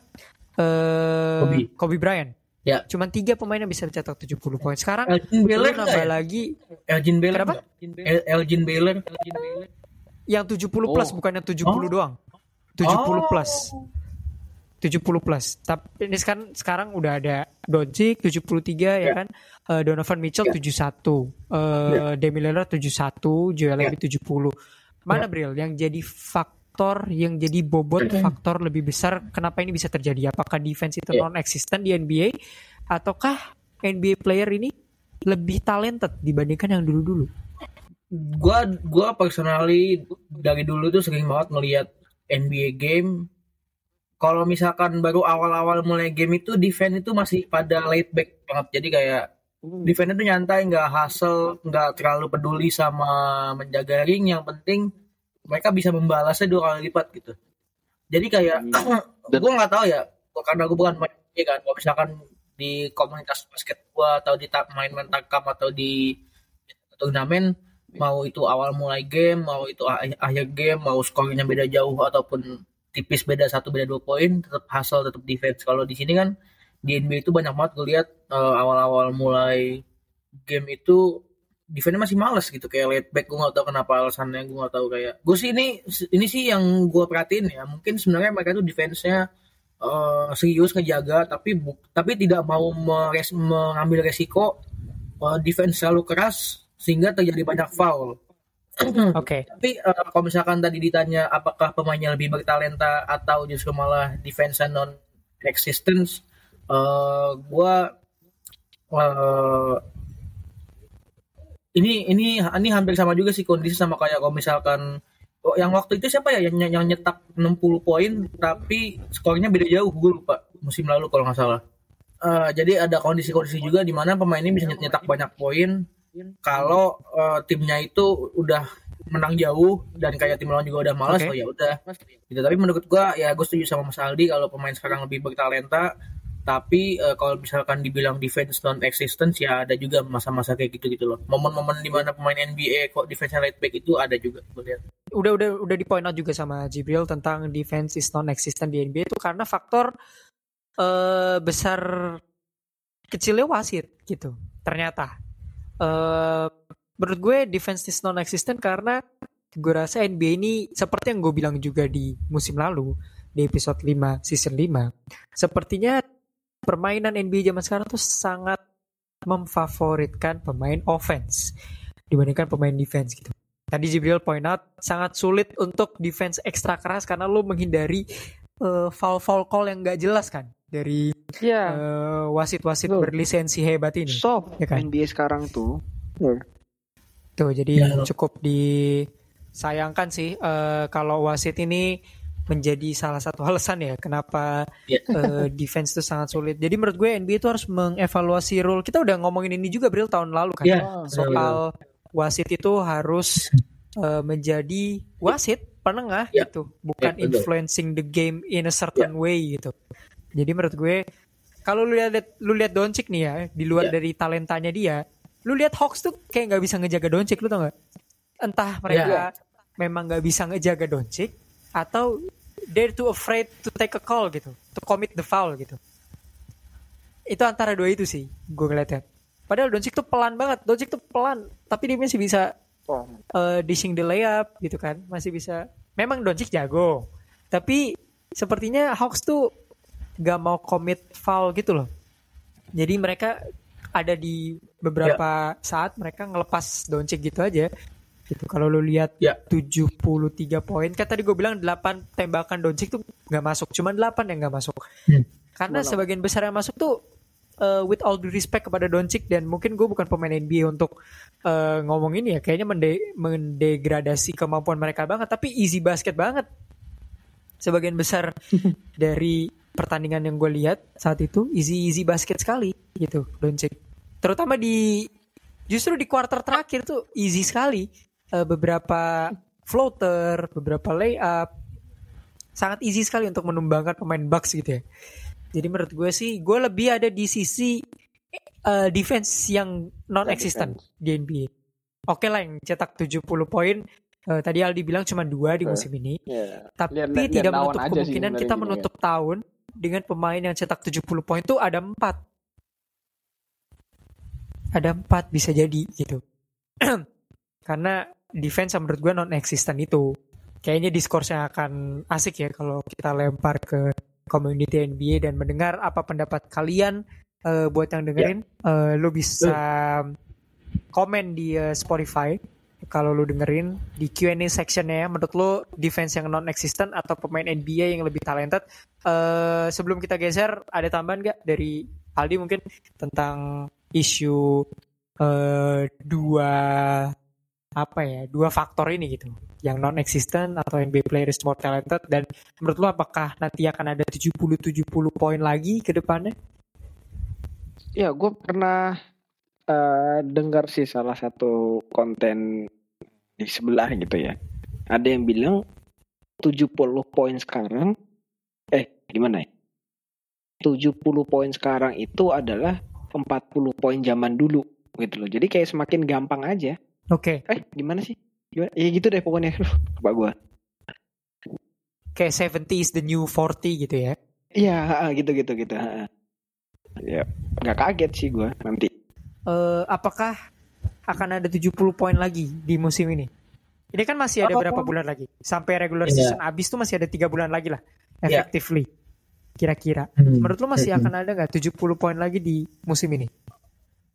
Kobe Bryant. Ya. Cuman 3 pemain yang bisa cetak 70 poin. Sekarang Elgin Baylor nambah lagi. Elgin Baylor. Kenapa? Elgin Baylor. Yang 70 plus bukan yang 70 doang. 70 plus. 70 plus. Tapi ini sekarang udah ada Doncic 73 ya kan. Donovan Mitchell 71. Demi Lillard 71, Joel Embiid 70. Mana Bril yang jadi faktor yang jadi bobot faktor lebih besar kenapa ini bisa terjadi? Apakah defense itu non-existent di NBA ataukah NBA player ini lebih talented dibandingkan yang dulu-dulu? Gua personally dari dulu tuh sering banget ngelihat NBA game. Kalau misalkan baru awal-awal mulai game itu defense itu masih pada laid back banget. Jadi kayak defense itu nyantai, nggak hustle, nggak terlalu peduli sama menjaga ring. Yang penting mereka bisa membalasnya 2 kali lipat gitu. Jadi kayak gue nggak tahu ya, karena gue bukan main kan. Kalau misalkan di komunitas basket gue atau di main takam atau di turnamen, mau itu awal mulai game, mau itu akhir game, mau skornya beda jauh ataupun tipis beda 1 beda 2 poin, tetap hustle, tetap defense. Kalau di sini kan di NBA itu banyak banget gue lihat awal-awal mulai game itu defense masih males gitu, kayak laid back. Gue nggak tahu kenapa alasannya, gue nggak tahu. Kayak gue sih ini sih yang gue perhatiin ya, mungkin sebenarnya mereka tuh defense-nya serius ngejaga, tapi tidak mau mengambil resiko defense selalu keras sehingga terjadi banyak foul. Oke. Tapi kalau misalkan tadi ditanya apakah pemainnya lebih bertalenta atau justru malah defense non existence, gue uh, ini hampir sama juga sih kondisi sama kayak kalau misalkan yang waktu itu siapa ya yang nyetak 60 poin tapi skornya beda jauh, gue lupa musim lalu kalau nggak salah. Jadi ada kondisi-kondisi juga di mana pemain ini bisa nyetak banyak poin kalau timnya itu udah menang jauh dan kayak tim lawan juga udah malas. Oke. Oh ya udah gitu. Tapi menurut gua ya gue setuju sama Mas Aldi kalau pemain sekarang lebih bertalenta, tapi kalau misalkan dibilang defense non existence ya ada juga masa-masa kayak gitu loh, momen-momen di mana pemain NBA kok defense right back itu ada juga gue lihat. Udah di point out juga sama Jibril tentang defense is non-existent di NBA itu karena faktor besar kecilnya wasit gitu. Ternyata menurut gue defense is non-existent karena gue rasa NBA ini seperti yang gue bilang juga di musim lalu di episode 5 season 5, sepertinya permainan NBA zaman sekarang tuh sangat memfavoritkan pemain offense dibandingkan pemain defense gitu. Tadi Jibril point out sangat sulit untuk defense ekstra keras karena lo menghindari foul call yang gak jelas kan dari wasit-wasit berlisensi hebat ini. Soft ya kan? NBA sekarang tuh. Tuh jadi cukup disayangkan sih kalau wasit ini menjadi salah satu alasan ya kenapa defense itu sangat sulit. Jadi menurut gue NBA itu harus mengevaluasi rule. Kita udah ngomongin ini juga Bril tahun lalu kan soal wasit itu harus menjadi wasit penengah gitu, bukan influencing the game in a certain way gitu. Jadi menurut gue kalau lu lihat Doncic nih ya, di luar dari talentanya dia, lu lihat Hawks tuh kayak nggak bisa ngejaga Doncic, lu tau nggak? Entah mereka memang nggak bisa ngejaga Doncic atau they're too afraid to take a call gitu, to commit the foul gitu. Itu antara dua itu sih gue ngeliatnya. Padahal Doncic tuh pelan banget, tapi dia masih bisa dishing the layup gitu kan, masih bisa. Memang Doncic jago, tapi sepertinya Hawks tuh gak mau commit foul gitu loh. Jadi mereka ada di beberapa saat mereka ngelepas Doncic gitu aja. Gitu. Kalau lu lihat 73 poin, kan tadi gue bilang 8 tembakan Doncic tuh gak masuk, cuma 8 yang gak masuk. Karena sebagian besar yang masuk tuh with all due respect kepada Doncic, dan mungkin gue bukan pemain NBA untuk ngomong ini ya, kayaknya mendegradasi kemampuan mereka banget, tapi easy basket banget sebagian besar dari pertandingan yang gue lihat saat itu, easy basket sekali gitu Doncic, terutama justru di quarter terakhir tuh easy sekali, beberapa floater, beberapa layup, sangat easy sekali untuk menumbangkan pemain Bucks gitu ya. Jadi menurut gue sih, gue lebih ada di sisi defense yang non-existent di NBA. Oke lah yang cetak 70 poin, tadi Aldi bilang cuma 2 di musim ini. Tapi tidak menutup kemungkinan kita menutup tahun dengan pemain yang cetak 70 poin itu ada 4. Ada 4 bisa jadi gitu. Karena defense menurut gue non-existent itu. Kayaknya diskursnya akan asik ya kalau kita lempar ke community NBA dan mendengar apa pendapat kalian. Buat yang dengerin, lu bisa komen di Spotify kalau lu dengerin di Q&A sectionnya, menurut lu defense yang non-existent atau pemain NBA yang lebih talented. Sebelum kita geser, ada tambahan gak dari Aldi mungkin tentang isu dua faktor ini gitu, yang non-existent atau NBA player is more talented, dan menurut lu apakah nanti akan ada 70 poin lagi ke depannya? Ya, gue pernah dengar sih salah satu konten di sebelah gitu ya. Ada yang bilang 70 poin sekarang, gimana ya? 70 poin sekarang itu adalah 40 poin zaman dulu gitu loh. Jadi kayak semakin gampang aja. Oke. Gimana sih? Gimana? Ya gitu deh pokoknya. Lupa gue. Kayak 70 is the new 40 gitu ya? Iya, gitu. Ya, nggak kaget sih gue nanti. Apakah akan ada 70 poin lagi di musim ini? Ini kan masih ada berapa bulan lagi? Sampai regular season habis tuh masih ada 3 bulan lagi lah. Effectively. Kira-kira. Menurut lu masih akan ada nggak 70 poin lagi di musim ini?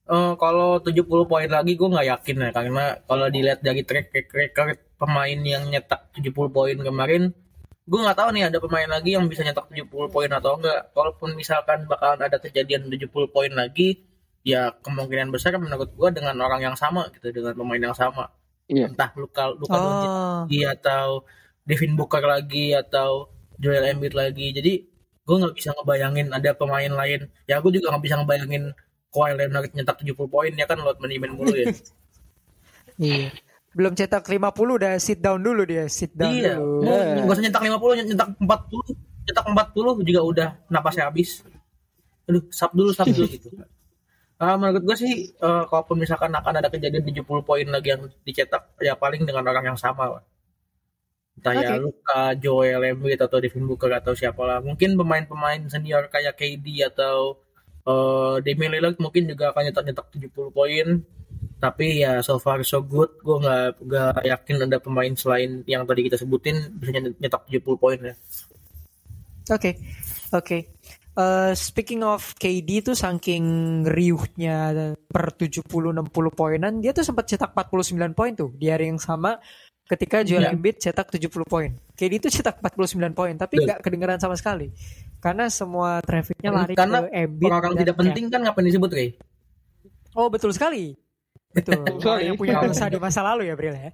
Kalau 70 poin lagi gue nggak yakin ya, karena kalau dilihat dari track record pemain yang nyetak 70 poin kemarin, gue nggak tahu nih ada pemain lagi yang bisa nyetak 70 poin atau enggak. Kalaupun misalkan bakalan ada kejadian 70 poin lagi, ya kemungkinan besar menurut gue dengan orang yang sama gitu, dengan pemain yang sama. Iya. Entah Luka Doncic lagi, atau Devin Booker lagi, atau Joel Embiid lagi. Jadi gue nggak bisa ngebayangin ada pemain lain. Ya gue juga nggak bisa ngebayangin Kawhi Leonard nyetak 70 poin, ya kan load management mulu ya. Iya. Belum cetak 50 udah sit down dulu dia, sit down Iya, dulu. nggak usah nyetak 50, nyetak 40, nyetak 40 juga udah napasnya habis. Aduh, sap dulu gitu. Menurut gue sih, kalaupun misalkan akan ada kejadian 70 poin lagi yang dicetak, ya paling dengan orang yang sama lah. Entah ya Oke. Luka, Joel Embiid, atau Devin Booker, atau siapa lah. Mungkin pemain-pemain senior kayak KD atau Damian Lillard mungkin juga akan nyetak 70 poin. Tapi ya so far so good, gue nggak yakin ada pemain selain yang tadi kita sebutin bisa nyetak 70 poin ya. Oke. Speaking of KD tuh saking riuhnya per 70-60 poinan, dia tuh sempat cetak 49 poin tuh di hari yang sama ketika Joel Iya. Embiid cetak 70 poin. KD tuh cetak 49 poin tapi Betul. nggak kedengeran sama sekali. Karena semua trafficnya lari Karena ke Embiid orang dan tidak penting kan ngapain disebut Rey? Oh, betul sekali. Betul. Orang yang punya dosa di masa lalu ya, Bril ya.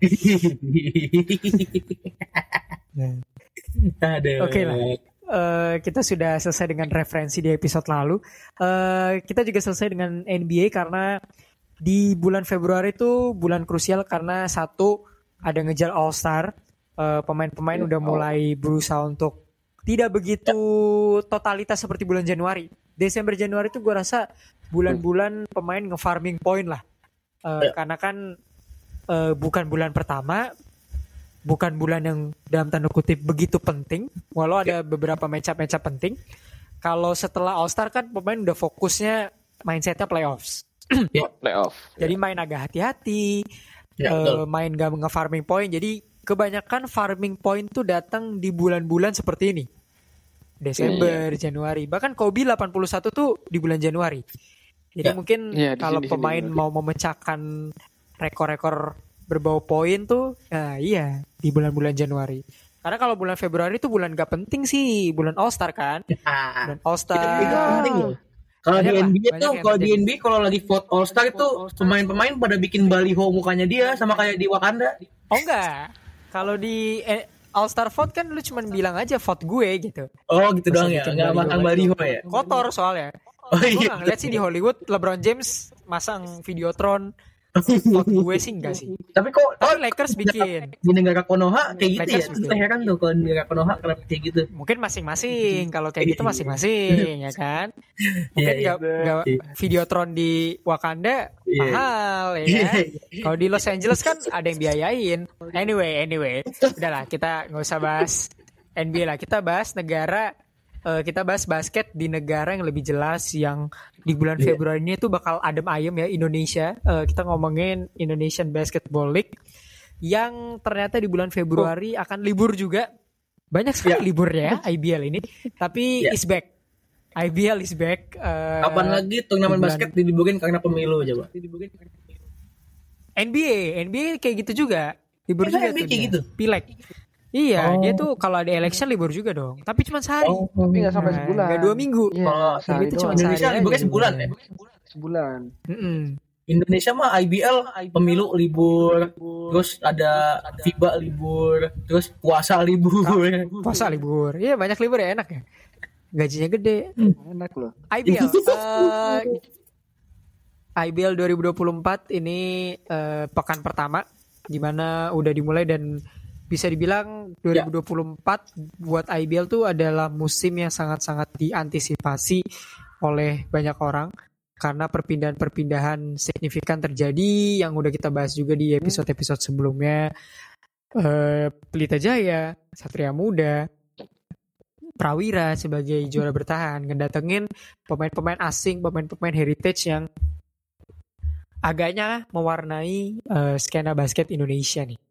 Aduh. Oke lah. Kita sudah selesai dengan referensi di episode lalu. Kita juga selesai dengan NBA karena di bulan Februari itu bulan krusial karena satu ada ngejar All Star. Pemain-pemain udah mulai berusaha untuk tidak begitu totalitas seperti bulan Januari. Desember Januari itu gue rasa bulan-bulan pemain nge-farming point lah. Karena kan bukan bulan pertama, bukan bulan yang dalam tanda kutip begitu penting, walau ada beberapa matchup penting. Kalau setelah All Star kan pemain udah fokusnya mindsetnya playoffs. Playoff. Jadi main agak hati-hati, main gak nge-farming point. Jadi kebanyakan farming point tuh datang di bulan-bulan seperti ini. Desember, Januari. Bahkan Kobe 81 tuh di bulan Januari. Jadi mungkin kalau pemain mau memecahkan rekor-rekor berbau poin tuh, nah iya di bulan-bulan Januari. Karena kalau bulan Februari itu bulan gak penting sih, bulan All Star kan. Bulan All Star. Itu penting loh. Kalau di NBA tuh, kalau lagi vote All Star itu pemain-pemain pada bikin baliho mukanya dia sama kayak di Wakanda. Oh enggak. Kalau di All Star vote kan lu cuman bilang aja vote gue gitu. Oh gitu doang ya, nggak masang baliho ya. Kotor soalnya. Oh Gue iya. nggak ngeliat sih di Hollywood LeBron James masang Videotron. Vote gue sih enggak sih. Tapi Lakers bikin. di negara Konoha kayak gitu Lakers ya. bikin. Saya heran tuh kalau di negara Konoha kenapa kayak gitu. Mungkin masing-masing. Kalau kayak gitu masing-masing ya kan. Mungkin nggak Videotron di Wakanda mahal ya kan? Kalau di Los Angeles kan ada yang biayain. Anyway, udahlah kita nggak usah bahas NBA lah. Kita bahas negara. Kita bahas basket di negara yang lebih jelas yang di bulan Februari ini tuh bakal adem ayem ya, Indonesia. Kita ngomongin Indonesian Basketball League yang ternyata di bulan Februari akan libur juga. Banyak sekali liburnya ya IBL ini, tapi is back. IBL is back. Kapan lagi turnamen basket diliburin karena pemilu coba? NBA kayak gitu juga. Libur juga tuh kayak dia. gitu? Pileg. Iya, dia tuh kalau ada election libur juga dong. Tapi cuma sehari. Tapi nggak sampai sebulan. Nggak 2 minggu. Iya, Jadi itu cuma Indonesia sehari liburnya aja. sebulan ya. Sebulan. Indonesia mah IBL pemilu libur, terus ada FIBA libur, terus puasa libur. Puasa libur. Iya, banyak libur ya, enak ya. Gajinya gede. Enak loh. IBL. IBL 2024 ini pekan pertama di mana udah dimulai dan bisa dibilang 2024 buat IBL tuh adalah musim yang sangat-sangat diantisipasi oleh banyak orang karena perpindahan-perpindahan signifikan terjadi yang udah kita bahas juga di episode-episode sebelumnya. Pelita Jaya, Satria Muda, Prawira sebagai juara bertahan ngedatengin pemain-pemain asing, pemain-pemain heritage yang agaknya mewarnai skena basket Indonesia nih.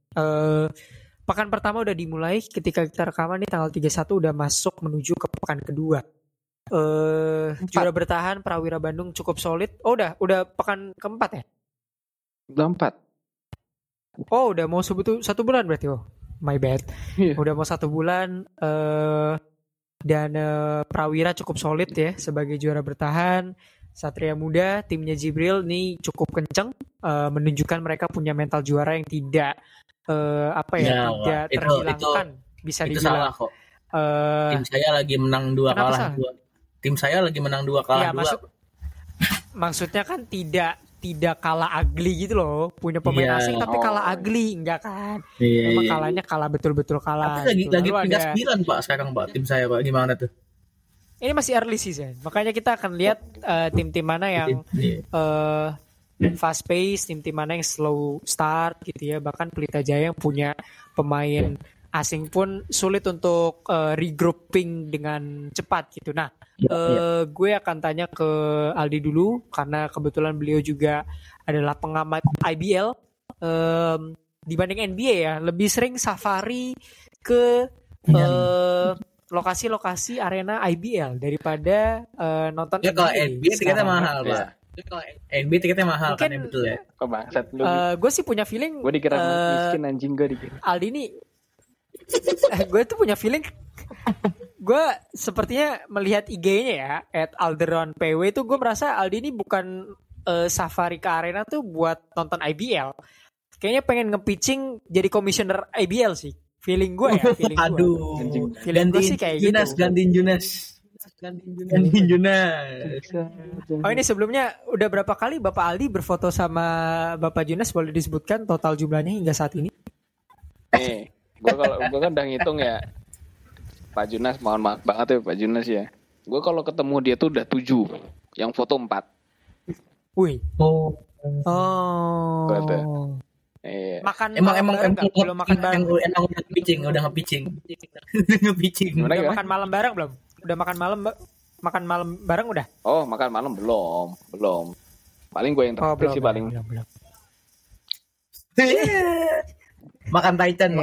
Pekan pertama udah dimulai ketika kita rekaman nih tanggal 31 udah masuk menuju ke pekan kedua. Juara bertahan Prawira Bandung cukup solid. Oh udah pekan keempat ya? Udah 4. Oh udah mau satu bulan berarti. Oh my bad. Iya. Udah mau 1 bulan. Dan Prawira cukup solid ya sebagai juara bertahan. Satria Muda timnya Jibril nih cukup kenceng, menunjukkan mereka punya mental juara yang tidak tidak terhilangkan. Bisa itu dibilang. salah kok. Tim saya lagi menang 2 kalah 2. Tim saya lagi menang 2 kalah 2. Maksudnya kan tidak kalah ugly gitu loh. Punya pemain asing tapi kalah ugly, enggak kan? Memang kalahnya kalah betul-betul kalah. Tapi lagi peringkat 9 Pak sekarang Pak tim saya Pak. Gimana tuh? Ini masih early season. Makanya kita akan lihat tim-tim mana yang fast pace, tim-tim mana yang slow start gitu ya. Bahkan Pelita Jaya yang punya pemain asing pun sulit untuk regrouping dengan cepat gitu. Nah, gue akan tanya ke Aldi dulu karena kebetulan beliau juga adalah pengamat IBL dibanding NBA ya. Lebih sering safari ke lokasi-lokasi arena IBL daripada nonton NBA. Kalau NBA tiketnya mahal, Pak. NBA tiketnya mahal kan ya, betul ya. Kok bangsat lu. Gue sih punya feeling Gue dikira miskin anjing gue dikira. Aldi ini gue tuh punya feeling gue sepertinya melihat IG-nya ya @alderon PW itu gue merasa Aldi ini bukan safari ke arena tuh buat nonton IBL. Kayaknya pengen nge-pitching jadi komisioner IBL sih. Feeling gue ya, feeling gue. Aduh. Feeling gue sih kayak Junas, gitu. Gantiin Junas. Oh ini sebelumnya udah berapa kali Bapak Aldi berfoto sama Bapak Junas, boleh disebutkan total jumlahnya hingga saat ini? Gue kan udah ngitung ya. Pak Junas, mohon maaf banget ya Pak Junas ya. Gue kalau ketemu dia tuh udah 7, yang foto 4. Wih. Oh. Makan emang belum makan bareng. Emang udah nge-pitching. Udah makan malam bareng belum? Udah makan malam bareng udah? Oh, makan malam belum. Paling gue yang terakhir sih paling. Belum. Makan Taichan.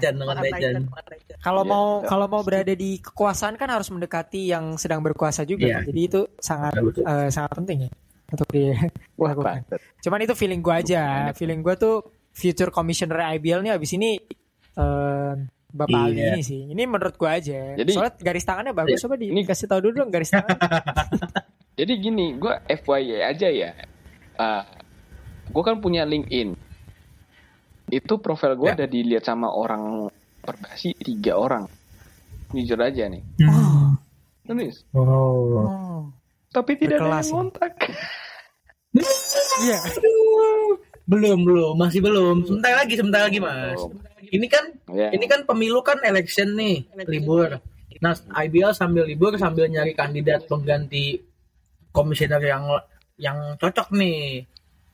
Kalau mau berada di kekuasaan kan harus mendekati yang sedang berkuasa juga. Jadi itu sangat penting ya untuk dilakukan. Cuman itu feeling gue aja. Feeling gue tuh future commissioner IBL nih abis ini Bapak Aldi ini sih. Ini menurut gue aja. Jadi, soalnya garis tangannya bagus. Coba dikasih tahu dulu dong garis tangan. Jadi gini, gue FYI aja ya. Gue kan punya LinkedIn. Itu profil gue udah dilihat sama orang Perbasi 3 orang. Jujur aja nih. Tulis. Tapi tidak ada yang ngontak. Iya. Belum, masih belum. Sebentar lagi Mas. Ini kan pemilu kan election nih, libur. Nah, IBL sambil libur sambil nyari kandidat pengganti komisioner yang cocok nih.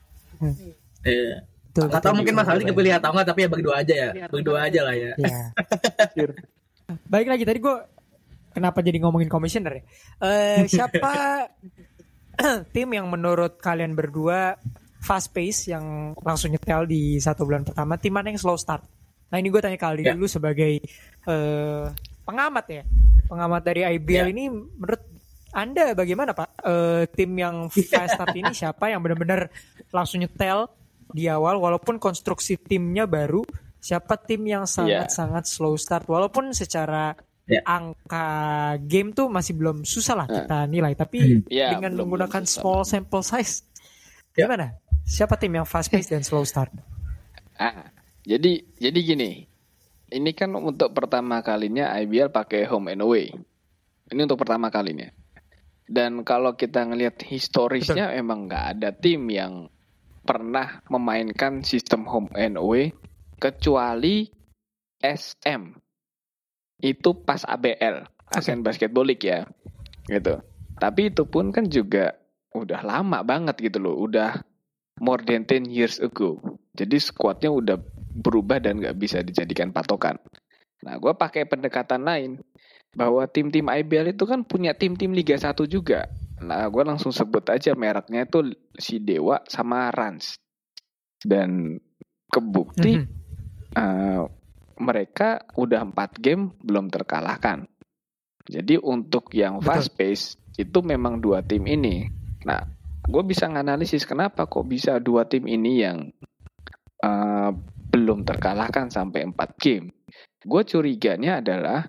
Atau mungkin Mas Aldi kepilih atau enggak, tapi ya berdua aja lah ya. Baik lagi tadi gue kenapa jadi ngomongin komisioner ya? Siapa tim yang menurut kalian berdua fast pace yang langsung nyetel di 1 bulan pertama, tim mana yang slow start? Nah ini gue tanya ke Aldi dulu sebagai pengamat ya, pengamat dari IBL ini menurut Anda bagaimana Pak? Tim yang fast start ini siapa yang benar-benar langsung nyetel di awal walaupun konstruksi timnya baru? Siapa tim yang sangat slow start walaupun secara angka game tuh masih belum susah lah kita nilai, tapi dengan menggunakan small sample size gimana? Siapa tim yang fast pace dan slow start? Jadi gini. Ini kan untuk pertama kalinya IBL pakai home and away. Ini untuk pertama kalinya. Dan kalau kita ngelihat historisnya emang nggak ada tim yang pernah memainkan sistem home and away kecuali SM. Itu pas ABL, Asian Basketball League ya. Gitu. Tapi itu pun kan juga udah lama banget gitu loh. Udah more than 10 years ago. Jadi squadnya udah berubah dan gak bisa dijadikan patokan. Nah, gue pakai pendekatan lain. Bahwa tim-tim IBL itu kan punya tim-tim Liga 1 juga. Nah, gue langsung sebut aja mereknya itu si Dewa sama Rans. Dan kebukti mereka udah 4 game belum terkalahkan. Jadi untuk yang Betul. fast pace itu memang dua tim ini. Nah, gue bisa nganalisis kenapa kok bisa dua tim ini yang belum terkalahkan sampai 4 game. Gue curiganya adalah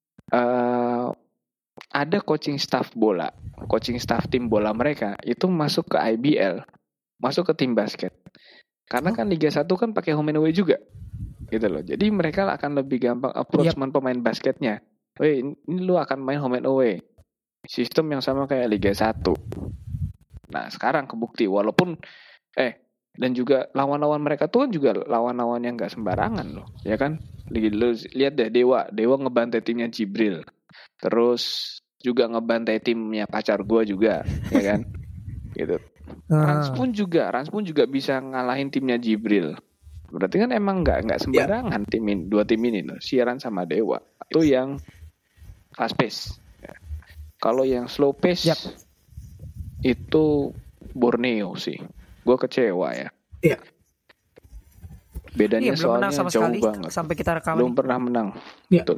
ada coaching staff tim bola mereka itu masuk ke IBL, masuk ke tim basket. Karena kan Liga 1 kan pakai home and away juga. Gitu loh. Jadi mereka akan lebih gampang approachment pemain basketnya. Weh, ini lu akan main home and away. Sistem yang sama kayak Liga 1. Nah, sekarang kebukti walaupun dan juga lawan-lawan mereka tuh kan juga lawan-lawan yang gak sembarangan loh, ya kan? Lu lihat deh Dewa ngebantai timnya Jibril. Terus juga ngebantai timnya pacar gua juga, ya kan? Gitu. Rans pun juga bisa ngalahin timnya Jibril. Berarti kan emang nggak sembarangan dua tim ini loh, Siaran sama Dewa. Itu yang fast pace. Ya. Kalau yang slow pace itu Borneo sih. Gue kecewa ya. Iya. Bedanya belum menang soalnya sama jauh sekali banget. sampai kita rekaman. Belum pernah menang. Iya. Betul.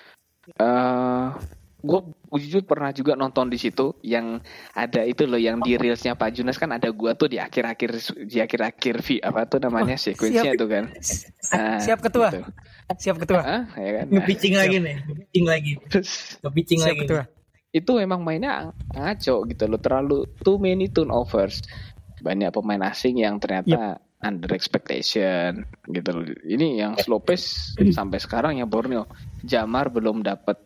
Gue jujur pernah juga nonton di situ yang ada itu loh, yang di reelsnya Pak Junas kan ada gua tuh di akhir-akhir apa tuh namanya sequence-nya itu kan. Siap ketua. Gitu. Siap ketua. Ya kan? Nge-pitching lagi nih. Nge-pitching Siap lagi. ketua. Itu emang mainnya ngaco gitu loh, terlalu too many turnovers. Banyak pemain asing yang ternyata under expectation gitu loh. Ini yang slow pace sampai sekarang ya Borneo. Jamar belum dapat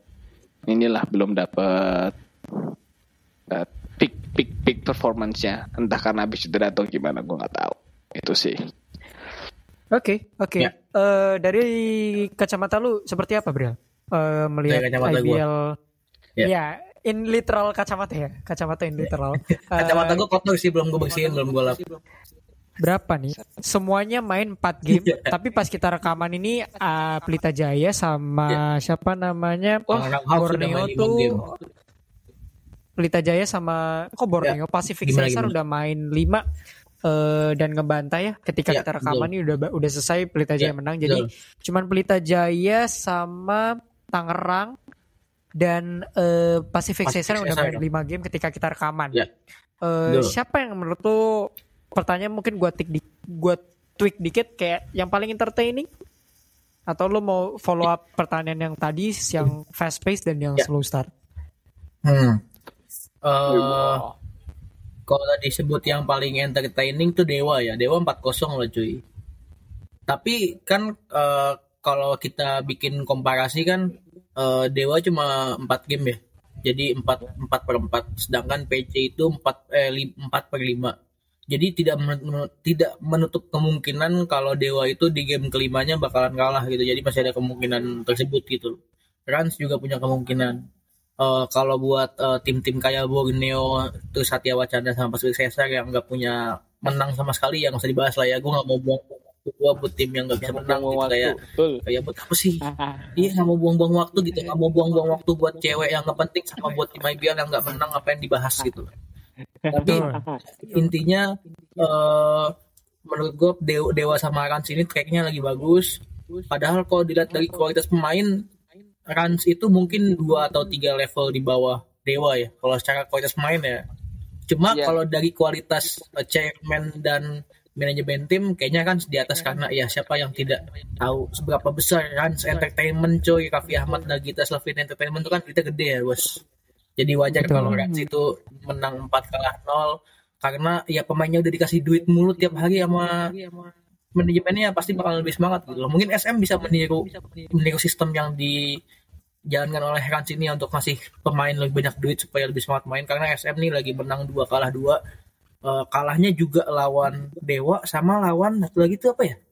peak performance-nya, entah karena habis cedera atau gimana, gue nggak tahu. Itu sih. Oke. Ya. Dari kacamata lu seperti apa, Bro? Melihat IBL. Ya, in literal kacamata ya. Kacamata in literal. Kacamata gue kotor sih, belum gue bersihin, belum gue lap. Berapa nih? Semuanya main 4 game, tapi pas kita rekaman ini Pelita Jaya sama siapa namanya? Borneo tuh. Pelita Jaya sama Borneo Pacific Cesar udah main 5 dan ngebantai ya. Ketika kita rekaman ini udah selesai, Pelita Jaya menang. Jadi cuman Pelita Jaya sama Tangerang dan Pacific Cesar udah main 5 game ketika kita rekaman. Siapa yang menurut lu, pertanyaan mungkin gue tweak dikit, kayak yang paling entertaining, atau lo mau follow up pertanyaan yang tadi yang fast pace dan yang slow start? Kalau tadi sebut yang paling entertaining tuh Dewa ya. Dewa 4-0 loh cuy. Tapi kan kalau kita bikin komparasi kan Dewa cuma 4 game ya. Jadi 4/4, sedangkan PC itu 4/5. Jadi tidak menutup kemungkinan kalau Dewa itu di game kelimanya bakalan kalah gitu. Jadi masih ada kemungkinan tersebut gitu. Rans juga punya kemungkinan. Kalau buat tim-tim kayak Borneo, terus Satya Wacana sama Pacific Cesar yang nggak punya menang sama sekali, ya nggak usah dibahas lah ya. Gue nggak mau buang waktu gue buat tim yang nggak bisa menang gitu, kayak buat apa sih? Iya, nggak mau buang-buang waktu gitu. Nggak mau buang-buang waktu buat cewek yang nggak penting sama buat tim IBL yang nggak menang, apa yang dibahas gitu. Tapi intinya menurut gue Dewa sama Rans ini tracknya lagi bagus. Padahal kalau dilihat dari kualitas pemain, Rans itu mungkin 2 atau 3 level di bawah Dewa ya, kalau secara kualitas pemain ya. Cuma kalau dari kualitas chairman dan manajemen tim, kayaknya Rans di atas, karena ya siapa yang tidak tahu seberapa besar Rans Entertainment coy. Raffi Ahmad, Nagita Slavina Entertainment itu kan kita gede ya bos. Jadi wajar kalau Rans itu menang 4-0, karena ya pemainnya udah dikasih duit mulu tiap hari sama manajemennya, pasti bakal lebih semangat gitu loh. Mungkin SM bisa meniru sistem yang dijalankan oleh Rans ini untuk ngasih pemain lebih banyak duit supaya lebih semangat main, karena SM nih lagi menang 2 kalah 2. Kalahnya juga lawan Dewa sama lawan satu lagi itu apa ya?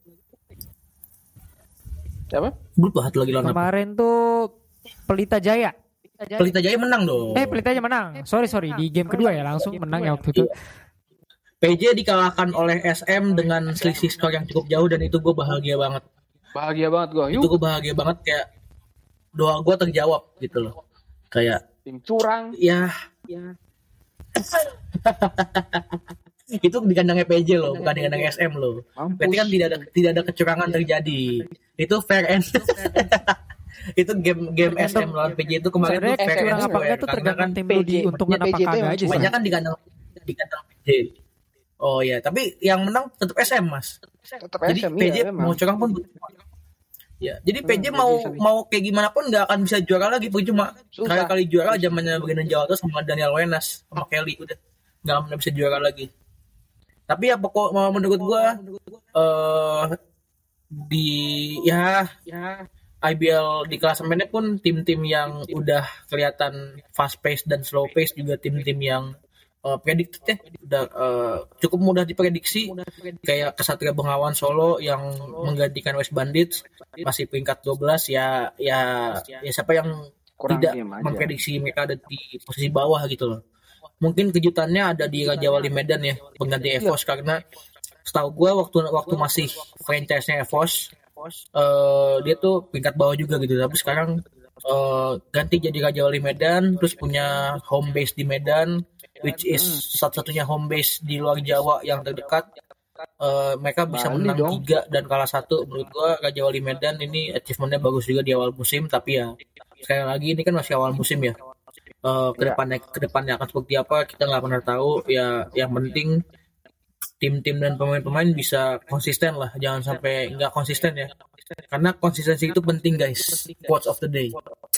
Siapa? Lupa satu lagi lawan apa? Kemarin tuh Pelita Jaya. Pelita Jaya menang dong. Pelita Jaya menang. Sorry di game kedua ya langsung menang ya waktu itu. PJ dikalahkan oleh SM dengan selisih skor yang cukup jauh, dan itu gue bahagia banget. Bahagia banget gue. Itu gue bahagia banget, kayak doa gue terjawab gitu loh. Kayak tim curang. Ya. Itu di kandangnya PJ loh, bukan di kandang SM loh. Berarti kan tidak ada kecurangan terjadi. Itu fair and Itu game SM lawan PJ itu kemarin tuh Sebenarnya fair curang and apa square enggak tuh karena tergantung kan tim lu PJ diuntungkan apa itu kagak emang aja sih. banyak kan di kandang PJ. Oh ya, tapi yang menang tetap SM Mas. Tetap Jadi SM PJ iya memang. mau curang pun ya. Jadi PJ PJ mau sedih. mau kayak gimana pun nggak akan bisa juara lagi. Cuma Susah. kali juara zamannya Brandon Jawa tuh sama Daniel Wenas sama Kelly udah nggak akan bisa juara lagi. Tapi ya pokok menurut gua di ya IBL di klasemennya pun tim-tim yang udah kelihatan fast pace dan slow pace juga tim-tim yang predicted ya udah cukup mudah diprediksi kayak Kesatria Bengawan Solo yang menggantikan West Bandits masih peringkat 12 ya siapa yang Kurang tidak game aja. memprediksi mereka ada di posisi bawah gitu loh. Mungkin kejutannya ada di Raja Wali Medan ya pengganti EVOS karena setahu gue waktu masih franchise-nya EVOS dia tuh peringkat bawah juga gitu tapi sekarang ganti jadi Raja Wali Medan terus punya home base di Medan which is satu-satunya home base di luar Jawa yang terdekat. Mereka bisa Bali menang dong. 3 dan kalah 1 menurut gua Raja Wali Medan ini achievementnya bagus juga di awal musim tapi ya sekali lagi ini kan masih awal musim ya. Kedepannya akan seperti apa kita nggak pernah tahu ya yang penting tim-tim dan pemain-pemain bisa konsisten lah jangan sampai nggak konsisten ya karena konsistensi itu penting guys. Quotes of the day.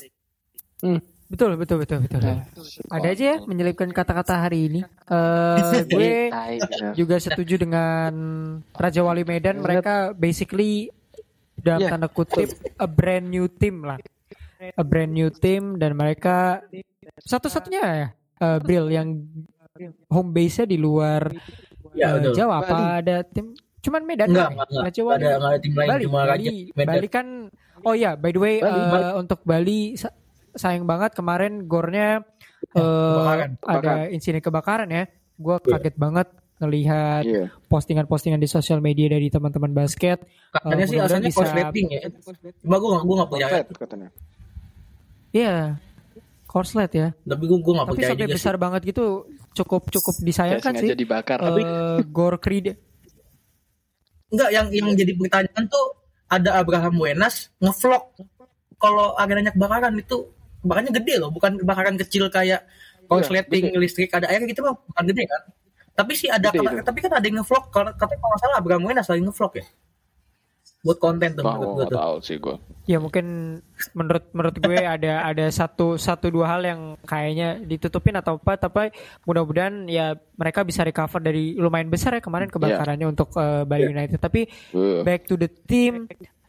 Betul. Ada aja ya menyelipkan kata-kata hari ini. Gue Tai, gitu. juga setuju dengan Raja Wali Medan. Mereka basically dalam tanda kutip a brand new team lah. A brand new team dan mereka satu-satunya ya Bril yang home base-nya di luar Ya betul. Jawa apa ada tim cuman Medan Enggak, kan? enggak. Raja Wali. Nggak ada tim lain cuma Raja Medan. Bali kan oh ya by the way untuk Bali sayang banget kemarin gornya Kebakaran. ada insiden kebakaran ya. Gue kaget banget ngelihat Iya. postingan-postingan di sosial media dari teman-teman basket. Katanya sih Mudah-mudahan alasannya bisa- korsleting ya. Cuma gue nggak percaya. Konslet katanya. Iya, korslet ya. Tapi gue nggak Tapi percaya sampai juga besar sih. banget gitu cukup Kayak disayangkan sih. sengaja dibakar. Gor Krida. Enggak, yang jadi pertanyaan tuh ada Abraham Wenas ngevlog kalau arenanya kebakaran itu kebakarannya gede loh, bukan kebakaran kecil kayak korsleting listrik ada air gitu mah bukan gede kan. Tapi sih ada Gede itu. tapi kan ada yang ngevlog katanya kalau nggak salah Abraham Wenas lagi ngevlog ya. Buat konten tuh Wah, menurut gue gue tuh. tahu sih gue. Ya mungkin menurut gue ada satu dua hal yang kayaknya ditutupin atau apa, tapi mudah-mudahan ya mereka bisa recover dari lumayan besar ya kemarin kebakarannya untuk Bali United. Tapi back to the team,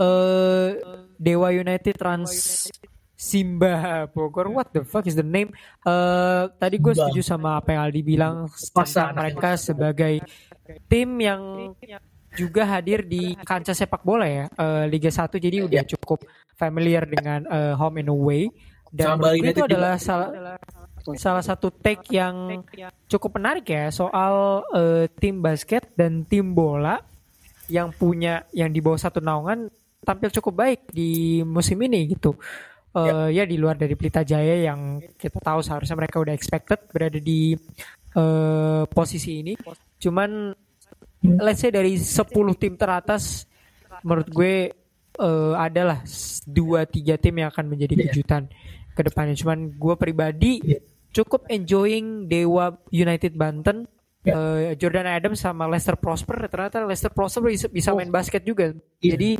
Dewa United Trans Simba Bogor, what the fuck is the name? Tadi gue setuju sama apa yang Aldi bilang tentang mereka sebagai tim yang juga hadir di kancah sepak bola ya, Liga 1, jadi udah cukup familiar dengan home and away. Dan Sama Bali menurut gue itu United adalah salah satu take yang cukup menarik ya soal tim basket dan tim bola yang di bawah satu naungan tampil cukup baik di musim ini gitu. Ya di luar dari Pelita Jaya yang kita tahu seharusnya mereka udah expected berada di posisi ini. Cuman let's say dari 10 tim teratas menurut gue adalah 2-3 tim yang akan menjadi kejutan ke depannya. Cuman gue pribadi cukup enjoying Dewa United Banten, Jordan Adams sama Lester Prosper. Ternyata Lester Prosper bisa main basket juga. Jadi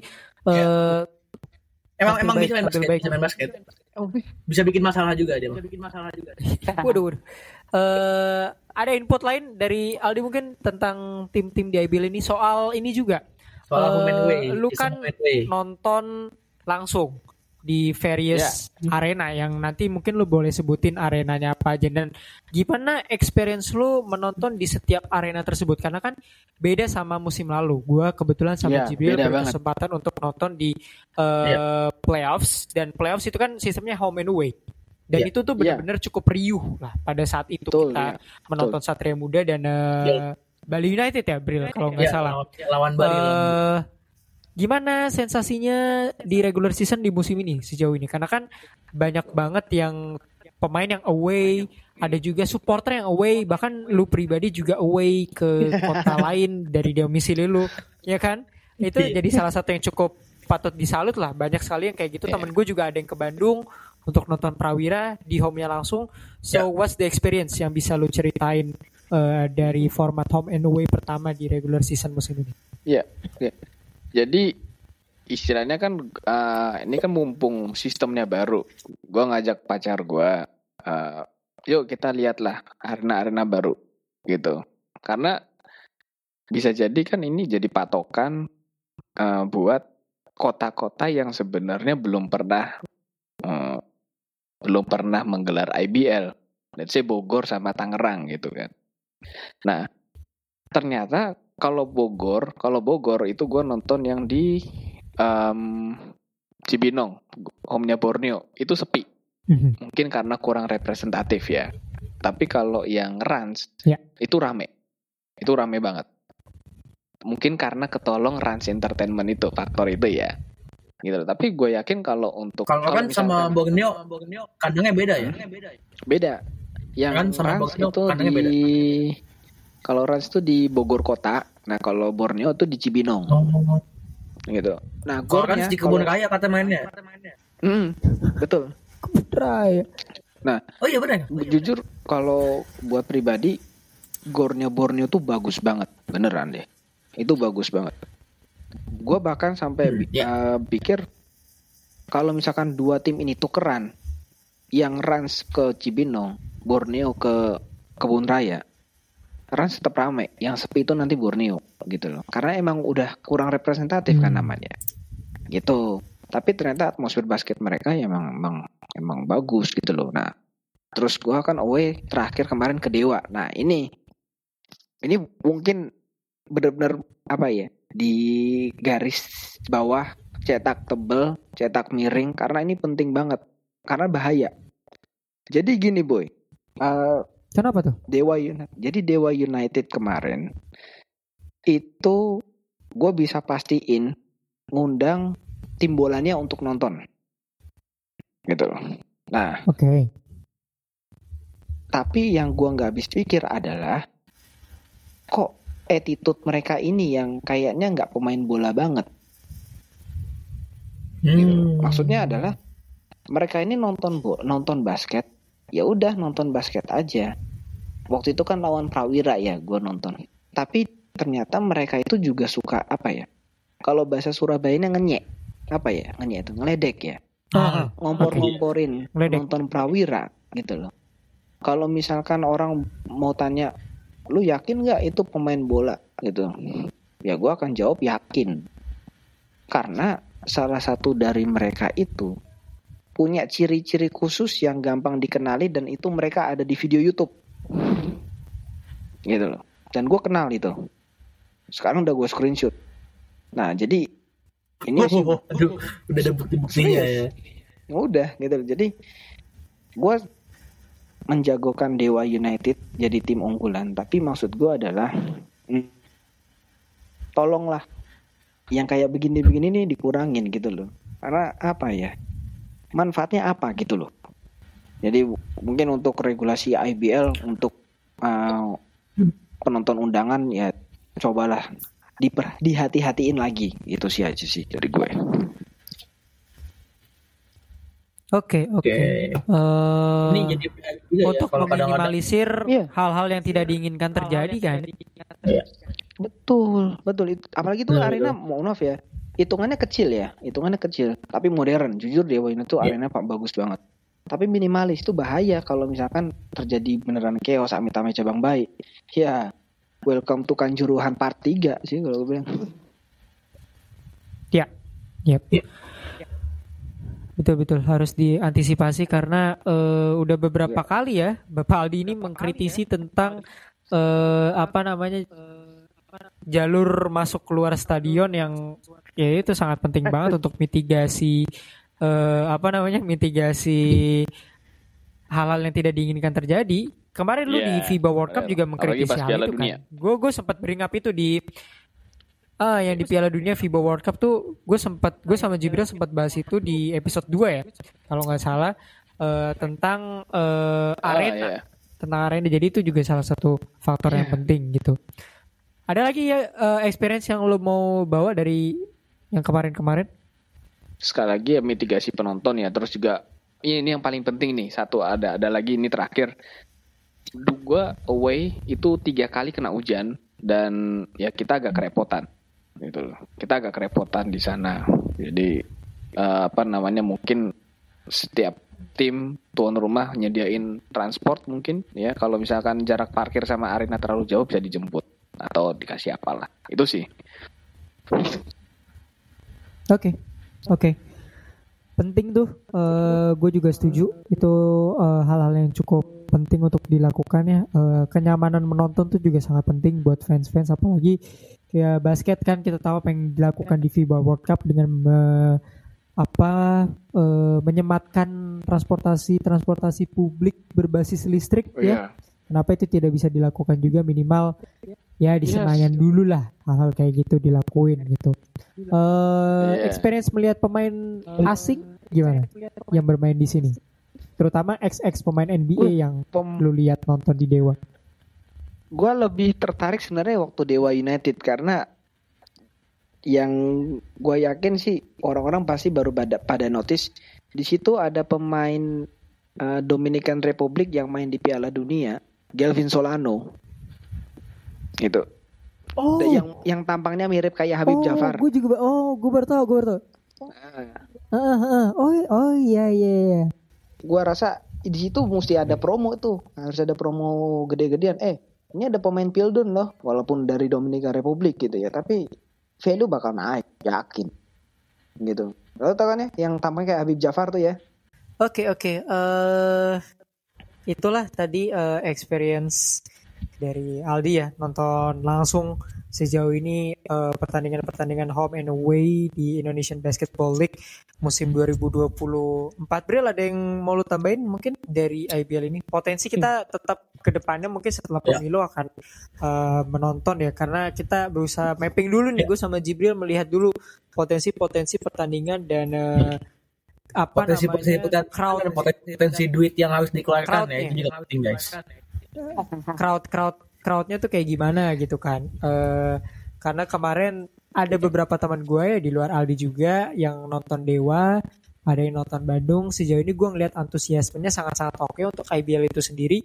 Emang tampil bisa main baik, basket, tampil baik. bisa main basket. Bisa bikin masalah juga dia. Waduh. Ada input lain dari Aldi mungkin tentang tim-tim di IBL ini soal ini juga. Soal home and away. Lu kan Home and away. nonton langsung di various arena yang nanti mungkin lu boleh sebutin arenanya apa aja dan gimana experience lu menonton di setiap arena tersebut karena kan beda sama musim lalu. Gua kebetulan sama Iya, Jibril beda banget. berkesempatan untuk nonton di playoffs dan playoffs itu kan sistemnya home and away. Dan itu tuh benar-benar cukup riuh lah pada saat itu Betul, kita menonton Satria Muda dan Bali United ya Bril kalau nggak salah. Lawan Bali. Gimana sensasinya di regular season di musim ini sejauh ini? Karena kan banyak banget yang pemain yang away, ada juga supporter yang away, bahkan lu pribadi juga away ke kota lain dari domisili lu, ya kan? Itu jadi salah satu yang cukup patut disalut lah. Banyak sekali yang kayak gitu. Temen gue juga ada yang ke Bandung untuk nonton Prawira di home-nya langsung. So what's the experience yang bisa lu ceritain dari format home and away pertama di regular season musim ini? Iya. Jadi istilahnya kan ini kan mumpung sistemnya baru, gue ngajak pacar gue, yuk kita lihatlah arena-arena baru gitu. Karena bisa jadi kan ini jadi patokan buat kota-kota yang sebenarnya belum pernah menggelar IBL. Let's say Bogor sama Tangerang gitu kan. Nah, ternyata kalau Bogor itu gue nonton yang di Cibinong, home-nya Borneo, itu sepi. Mungkin karena kurang representatif ya. Tapi kalau yang Rans itu rame. Itu rame banget. Mungkin karena ketolong Rans Entertainment itu, faktor itu ya. Gitu. Tapi gue yakin kalau Rans sama Borneo kandangnya beda ya? Beda. Yang Rans itu kalau Rans itu di Bogor kota, nah kalau Borneo itu di Cibinong. Gitu. Nah, Rans di Kebun Raya kata mainnya. Betul. Kebun Raya. Nah, iya benar. Jujur kalau buat pribadi gornya Borneo tuh bagus banget, beneran deh. Itu bagus banget. Gue bahkan sampai pikir kalau misalkan dua tim ini tukeran, yang Rans ke Cibinong, Borneo ke Kebun Raya, Rans tetap ramai, yang sepi itu nanti Borneo gitu loh. Karena emang udah kurang representatif kan namanya. Gitu. Tapi ternyata atmosfer basket mereka ya emang bagus gitu loh. Nah, terus gua kan away terakhir kemarin ke Dewa. Nah, ini mungkin benar-benar apa ya? Di garis bawah cetak tebel, cetak miring karena ini penting banget. Karena bahaya. Jadi gini, Boy. Kenapa tuh? Dewa United kemarin itu gue bisa pastiin ngundang tim bolanya untuk nonton, gitu loh. Nah, tapi yang gue nggak habis pikir adalah kok attitude mereka ini yang kayaknya nggak pemain bola banget. Gitu. Maksudnya adalah mereka ini nonton basket. Ya udah nonton basket aja. Waktu itu kan lawan Prawira ya gue nonton. Tapi ternyata mereka itu juga suka apa ya? Kalau bahasa Surabayanya ngenyek. Apa ya? Ngenyek itu ngeledek ya. Ngompor-ngomporin nonton Prawira gitu loh. Kalau misalkan orang mau tanya, lu yakin nggak itu pemain bola gitu? Ya gue akan jawab yakin. Karena salah satu dari mereka itu punya ciri-ciri khusus yang gampang dikenali dan itu mereka ada di video YouTube gitu loh. Dan gue kenal itu. Sekarang udah gue screenshot. Nah jadi ini udah ada bukti-buktinya ya. Udah gitu loh. Jadi gue menjagokan Dewa United jadi tim unggulan. Tapi maksud gue adalah tolonglah yang kayak begini-begini nih dikurangin gitu loh. Karena apa ya? Manfaatnya apa gitu loh. Jadi mungkin untuk regulasi IBL untuk penonton undangan ya cobalah dihati-hatiin lagi. Itu sih aja sih dari gue. Oke. Ini jadi untuk meminimalisir hal-hal yang tidak diinginkan terjadi kan. Betul. Apalagi itu arena mohon maaf ya. Hitungannya kecil, tapi modern. Jujur Dewa United tuh arena bagus banget. Tapi minimalis itu bahaya kalau misalkan terjadi beneran chaos amit-amit cabang baik. Ya, welcome to Kanjuruhan part 3 sih kalau gue bilang. Ya. Betul harus diantisipasi karena udah beberapa kali ya Bapak Aldi ini mengkritisi tentang jalur masuk keluar stadion yang ya itu sangat penting banget untuk mitigasi mitigasi hal-hal yang tidak diinginkan terjadi. Kemarin lu di FIBA World Cup juga mengkritisi hal itu kan. Gue sempat bring up itu di yang di Piala Dunia FIBA World Cup tuh gue sama Jibril sempat bahas itu di episode 2 ya kalau nggak salah tentang arena. Tentang arena, jadi itu juga salah satu faktor yang penting gitu. Ada lagi ya experience yang lo mau bawa dari yang kemarin-kemarin? sekali lagi ya mitigasi penonton ya. Terus juga ini yang paling penting nih, satu ada lagi ini terakhir. Gue away itu 3 kali kena hujan dan ya kita agak kerepotan gitu loh. Kita agak kerepotan di sana. Jadi mungkin setiap tim tuan rumah nyediain transport mungkin ya, kalau misalkan jarak parkir sama arena terlalu jauh bisa dijemput atau dikasih apalah. Itu sih. Oke. Penting tuh, gue juga setuju itu hal-hal yang cukup penting untuk dilakukan ya. Kenyamanan menonton tuh juga sangat penting buat fans-fans, apalagi ya basket kan kita tahu apa yang dilakukan di FIBA World Cup dengan menyematkan transportasi publik berbasis listrik ya. Kenapa itu tidak bisa dilakukan juga minimal ya di Senayan dulu lah, hal-hal kayak gitu dilakuin gitu. Experience melihat pemain asing gimana yang bermain di sini, terutama ex pemain NBA yang lu lihat nonton di Dewa? Gue lebih tertarik sebenarnya waktu Dewa United, karena yang gue yakin sih orang-orang pasti baru pada notice di situ ada pemain Dominican Republic yang main di Piala Dunia, Gelvin Solano. Gitu. Oh, yang tampangnya mirip kayak Habib Jafar. Gue baru tahu. Oh iya. Gue rasa di situ mesti ada promo tuh, harus ada promo gede-gedean. Ini ada pemain Pildun loh, walaupun dari Dominika Republik gitu ya, tapi value bakal naik, yakin. Gitu. Lo tau kan ya, yang tampangnya kayak Habib Jafar tuh ya. Oke. Itulah tadi experience dari Aldi ya, nonton langsung sejauh ini pertandingan home and away di Indonesian Basketball League musim 2024. Bril, ada yang mau lu tambahin mungkin dari IBL ini? Potensi kita tetap ke depannya mungkin setelah pemilu akan menonton ya, karena kita berusaha mapping dulu nih, gue sama Jibril melihat dulu potensi pertandingan dan potensi duit yang harus dikeluarkan ya, itu juga penting guys. Crowdnya tuh kayak gimana gitu kan. Karena kemarin ada beberapa teman gue ya di luar Aldi juga yang nonton Dewa, ada yang nonton Bandung. Sejauh ini gue ngeliat antusiasmenya sangat-sangat oke untuk IBL itu sendiri.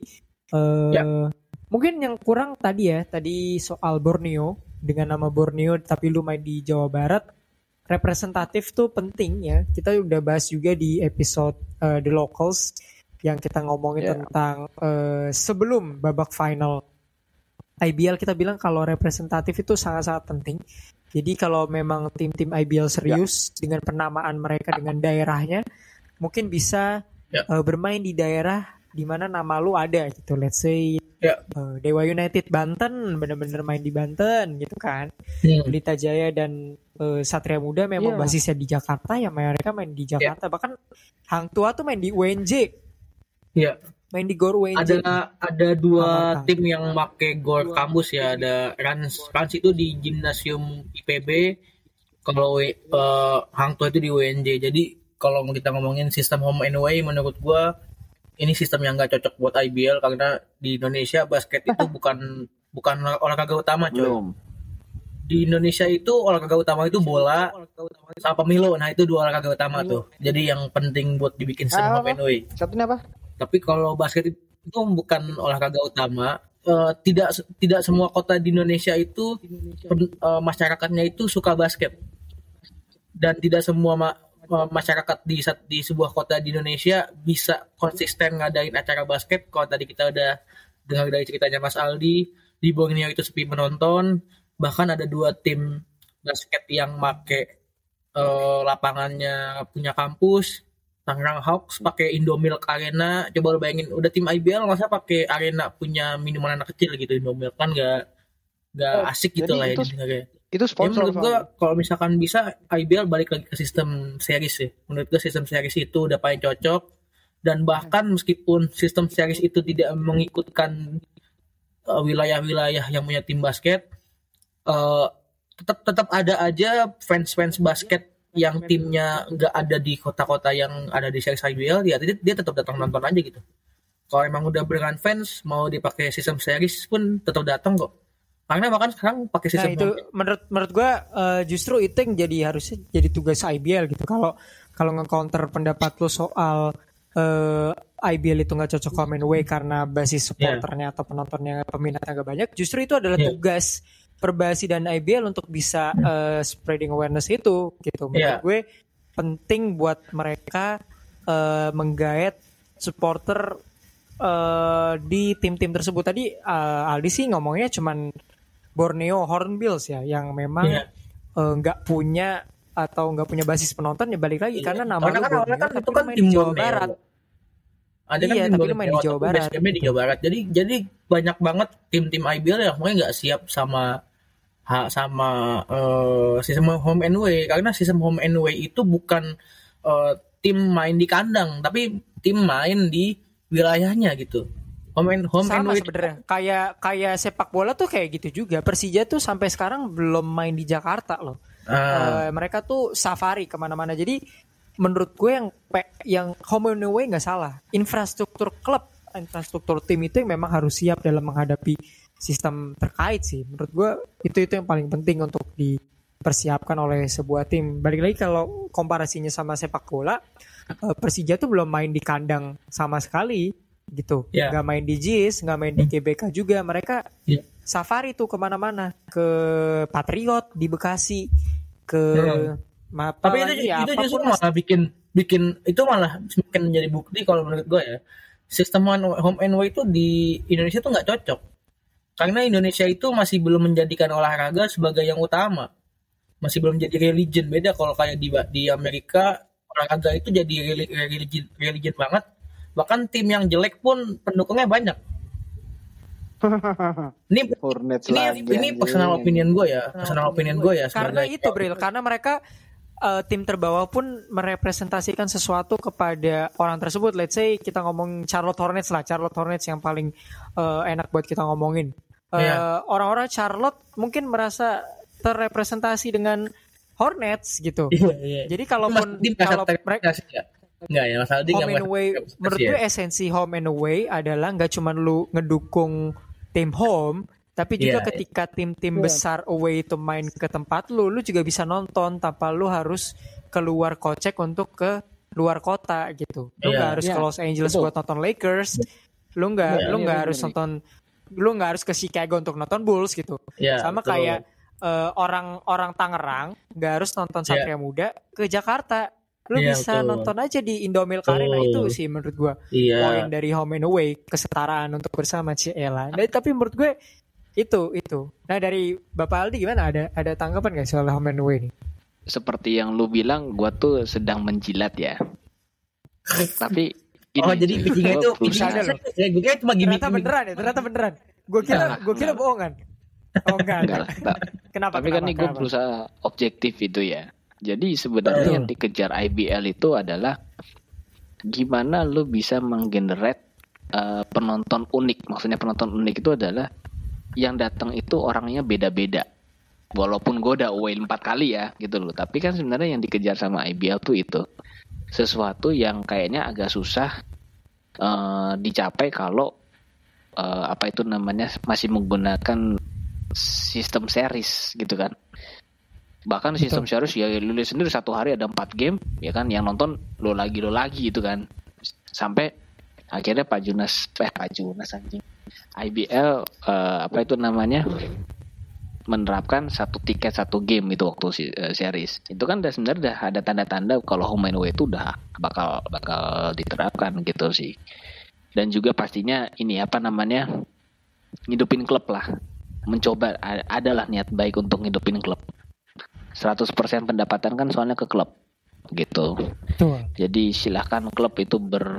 Mungkin yang kurang tadi soal Borneo, dengan nama Borneo tapi lu main di Jawa Barat, representatif tuh penting ya. Kita udah bahas juga di episode The Locals yang kita ngomongin tentang sebelum babak final IBL, kita bilang kalau representatif itu sangat-sangat penting. Jadi kalau memang tim-tim IBL serius dengan penamaan mereka dengan daerahnya, mungkin bisa bermain di daerah di mana nama lu ada gitu. Let's say Dewa United Banten, bener-bener main di Banten gitu kan. Pelita Jaya dan Satria Muda memang basisnya di Jakarta ya, mereka main di Jakarta. Bahkan Hang Tua tuh main di UNJ. Iya. Main di GOR UNJ. Ada dua tim yang pakai GOR kampus ya. Ada Rans itu di Gimnasium IPB. Kalau Hang Tua itu di UNJ. Jadi kalau kita ngomongin sistem home and away, menurut gua ini sistem yang nggak cocok buat IBL, karena di Indonesia basket itu bukan olahraga utama, coy. Di Indonesia itu olahraga utama itu bola sama pemilu. Nah, itu dua olahraga utama tuh. Jadi yang penting buat dibikin sistem home and away. Satunya apa? Tapi kalau basket itu bukan olahraga utama. Tidak semua kota di Indonesia itu masyarakatnya itu suka basket. Dan tidak semua masyarakat di sebuah kota di Indonesia bisa konsisten ngadain acara basket. Kalau tadi kita udah dengar dari ceritanya Mas Aldi, di Borneo itu sepi penonton. Bahkan ada 2 tim basket yang make lapangannya punya kampus. Tangerang Hawks pakai Indomilk Arena. Coba lo bayangin, udah tim IBL masa pakai arena punya minuman anak kecil gitu. Indomilk kan nggak asik gitu lah ya didengarnya. Itu sponsor. Menurut gue kalau misalkan bisa IBL balik lagi ke sistem series ya. Menurut gue sistem series itu udah paling cocok. Dan bahkan meskipun sistem series itu tidak mengikutkan wilayah-wilayah yang punya tim basket, tetap ada aja fans basket yang timnya nggak ada di kota-kota yang ada di series IBL, dia tetap datang nonton aja gitu. Kalau emang udah beneran fans, mau dipakai sistem series pun tetap datang kok. Karena bahkan sekarang pakai Nah sistem itu menurut gue justru itu yang harusnya jadi tugas IBL gitu. Kalau nge-counter pendapat lo soal IBL itu nggak cocok home and away karena basis supporternya atau penontonnya peminatnya nggak banyak, justru itu adalah tugas Perbasi dan IBL untuk bisa spreading awareness itu gitu. Menurut gue penting buat mereka menggaet supporter di tim-tim tersebut. Tadi Aldi sih ngomongnya cuman Borneo Hornbills ya yang memang nggak punya atau nggak punya basis penonton, ya balik lagi karena nama lu Borneo kan tapi itu kan main tim di Jawa Borneo. Barat. Ada kan Iya, tim tapi lu Borneo main di Jawa Barat. di Jawa Barat. Jadi banyak banget tim-tim IBL yang mungkin nggak siap sama sistem home and away, karena sistem home and away itu bukan tim main di kandang, tapi tim main di wilayahnya gitu. Home and Sama away sebenarnya kayak sepak bola tuh kayak gitu juga. Persija tuh sampai sekarang belum main di Jakarta loh. Mereka tuh safari kemana-mana. Jadi menurut gue yang home and away nggak salah. Infrastruktur klub, infrastruktur tim itu yang memang harus siap dalam menghadapi sistem terkait sih. Menurut gue itu yang paling penting untuk dipersiapkan oleh sebuah tim. Balik lagi kalau komparasinya sama sepak bola, Persija tuh belum main di kandang sama sekali gitu. Nggak main di JIS, nggak main di GBK juga. Mereka safari tuh kemana-mana, ke Patriot di Bekasi, ke tapi itu justru malah bikin itu malah semakin menjadi bukti kalau menurut gue ya, sistem home and away itu di Indonesia tuh nggak cocok. Karena Indonesia itu masih belum menjadikan olahraga sebagai yang utama. Masih belum jadi religion. Beda kalau kayak di Amerika, olahraga itu jadi religion banget. Bahkan tim yang jelek pun pendukungnya banyak. Ini personal opinion gue ya. Karena itu Bril, karena mereka tim terbawah pun merepresentasikan sesuatu kepada orang tersebut. Let's say kita ngomong Charlotte Hornets lah. Charlotte Hornets yang paling enak buat kita ngomongin. Orang-orang Charlotte mungkin merasa terrepresentasi dengan Hornets gitu. Jadi kalaupun kalau mereka enggak ya, masalah home and away, menurut gue esensi home and away adalah nggak cuma lu ngedukung tim home, tapi juga ketika tim-tim besar away itu main ke tempat lu juga bisa nonton tanpa lu harus keluar kocek untuk ke luar kota gitu. Lu nggak harus ke Los Angeles buat nonton Lakers, lu nggak harus nonton, lu nggak harus ke Chicago untuk nonton Bulls gitu. Sama kayak orang Tangerang nggak harus nonton Satria Muda ke Jakarta. Lu bisa nonton aja di Indomilk Arena. Itu sih menurut gue poin dari home and away, kesetaraan untuk bersama Ciela. Tapi menurut gue itu. Nah dari Bapak Aldi gimana? Ada tanggapan nggak soal home and away ini? Seperti yang lu bilang, gue tuh sedang menjilat ya. Tapi gini, jadi pitchingnya itu ada loh. Gue kira cuma gimmick. Ternyata beneran. Gue kira bohongan. Oh enggak. Kenapa? Tapi kan ini gue berusaha objektif itu ya. Jadi sebenarnya yang dikejar IBL itu adalah gimana lu bisa menggenerate penonton unik. Maksudnya penonton unik itu adalah yang datang itu orangnya beda-beda. Walaupun gue udah away 4 kali ya gitu loh. Tapi kan sebenarnya yang dikejar sama IBL tuh itu sesuatu yang kayaknya agak susah dicapai kalau masih menggunakan sistem series gitu kan. Bahkan sistem series ya lu lihat sendiri, satu hari ada 4 game ya kan, yang nonton lo lagi gitu kan, sampai akhirnya Pak Junas anjing IBL menerapkan 1 tiket 1 game itu waktu series itu kan sebenarnya udah ada tanda-tanda kalau home and away itu udah bakal diterapkan gitu sih. Dan juga pastinya ini ngidupin klub lah, mencoba adalah niat baik untuk ngidupin klub. 100% pendapatan kan soalnya ke klub gitu. Betul. Jadi silahkan klub itu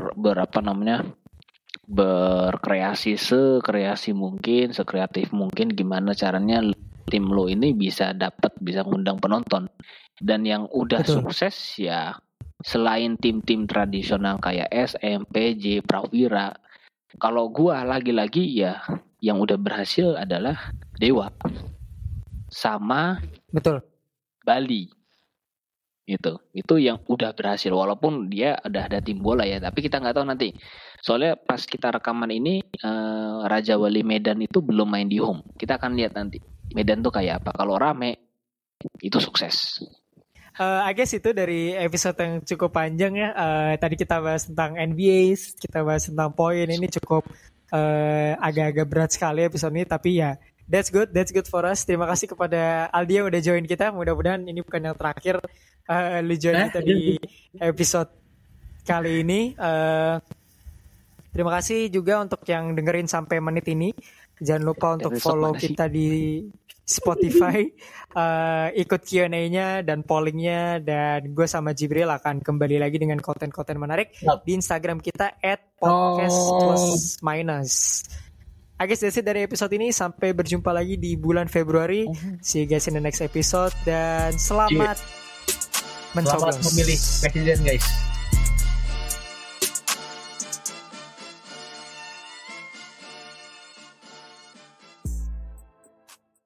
berkreasi sekreasi mungkin, sekreatif mungkin gimana caranya tim lo ini bisa ngundang penonton. Dan yang udah sukses ya selain tim-tim tradisional kayak SM, PJ, Prawira, kalau gua lagi-lagi ya yang udah berhasil adalah Dewa sama Bali itu yang udah berhasil, walaupun dia udah ada tim bola ya, tapi kita nggak tahu nanti. Soalnya pas kita rekaman ini Raja Wali Medan itu belum main di home, kita akan lihat nanti Medan tuh kayak apa. Kalau rame itu sukses. I guess itu dari episode yang cukup panjang ya. Tadi kita bahas tentang NBA, kita bahas tentang poin. Ini cukup agak-agak berat sekali episode ini. Tapi ya, that's good for us. Terima kasih kepada Aldia udah join kita. Mudah-mudahan ini bukan yang terakhir lu join kita di episode kali ini. Terima kasih juga untuk yang dengerin sampai menit ini. Jangan lupa untuk follow kita di Spotify, ikut Q&A-nya dan pollingnya, dan gue sama Jibril akan kembali lagi dengan konten-konten menarik di Instagram kita @podcast+minus. I guess that's it dari episode ini. Sampai berjumpa lagi di bulan Februari. See you guys in the next episode dan selamat mencoblos. Selamat memilih presiden guys.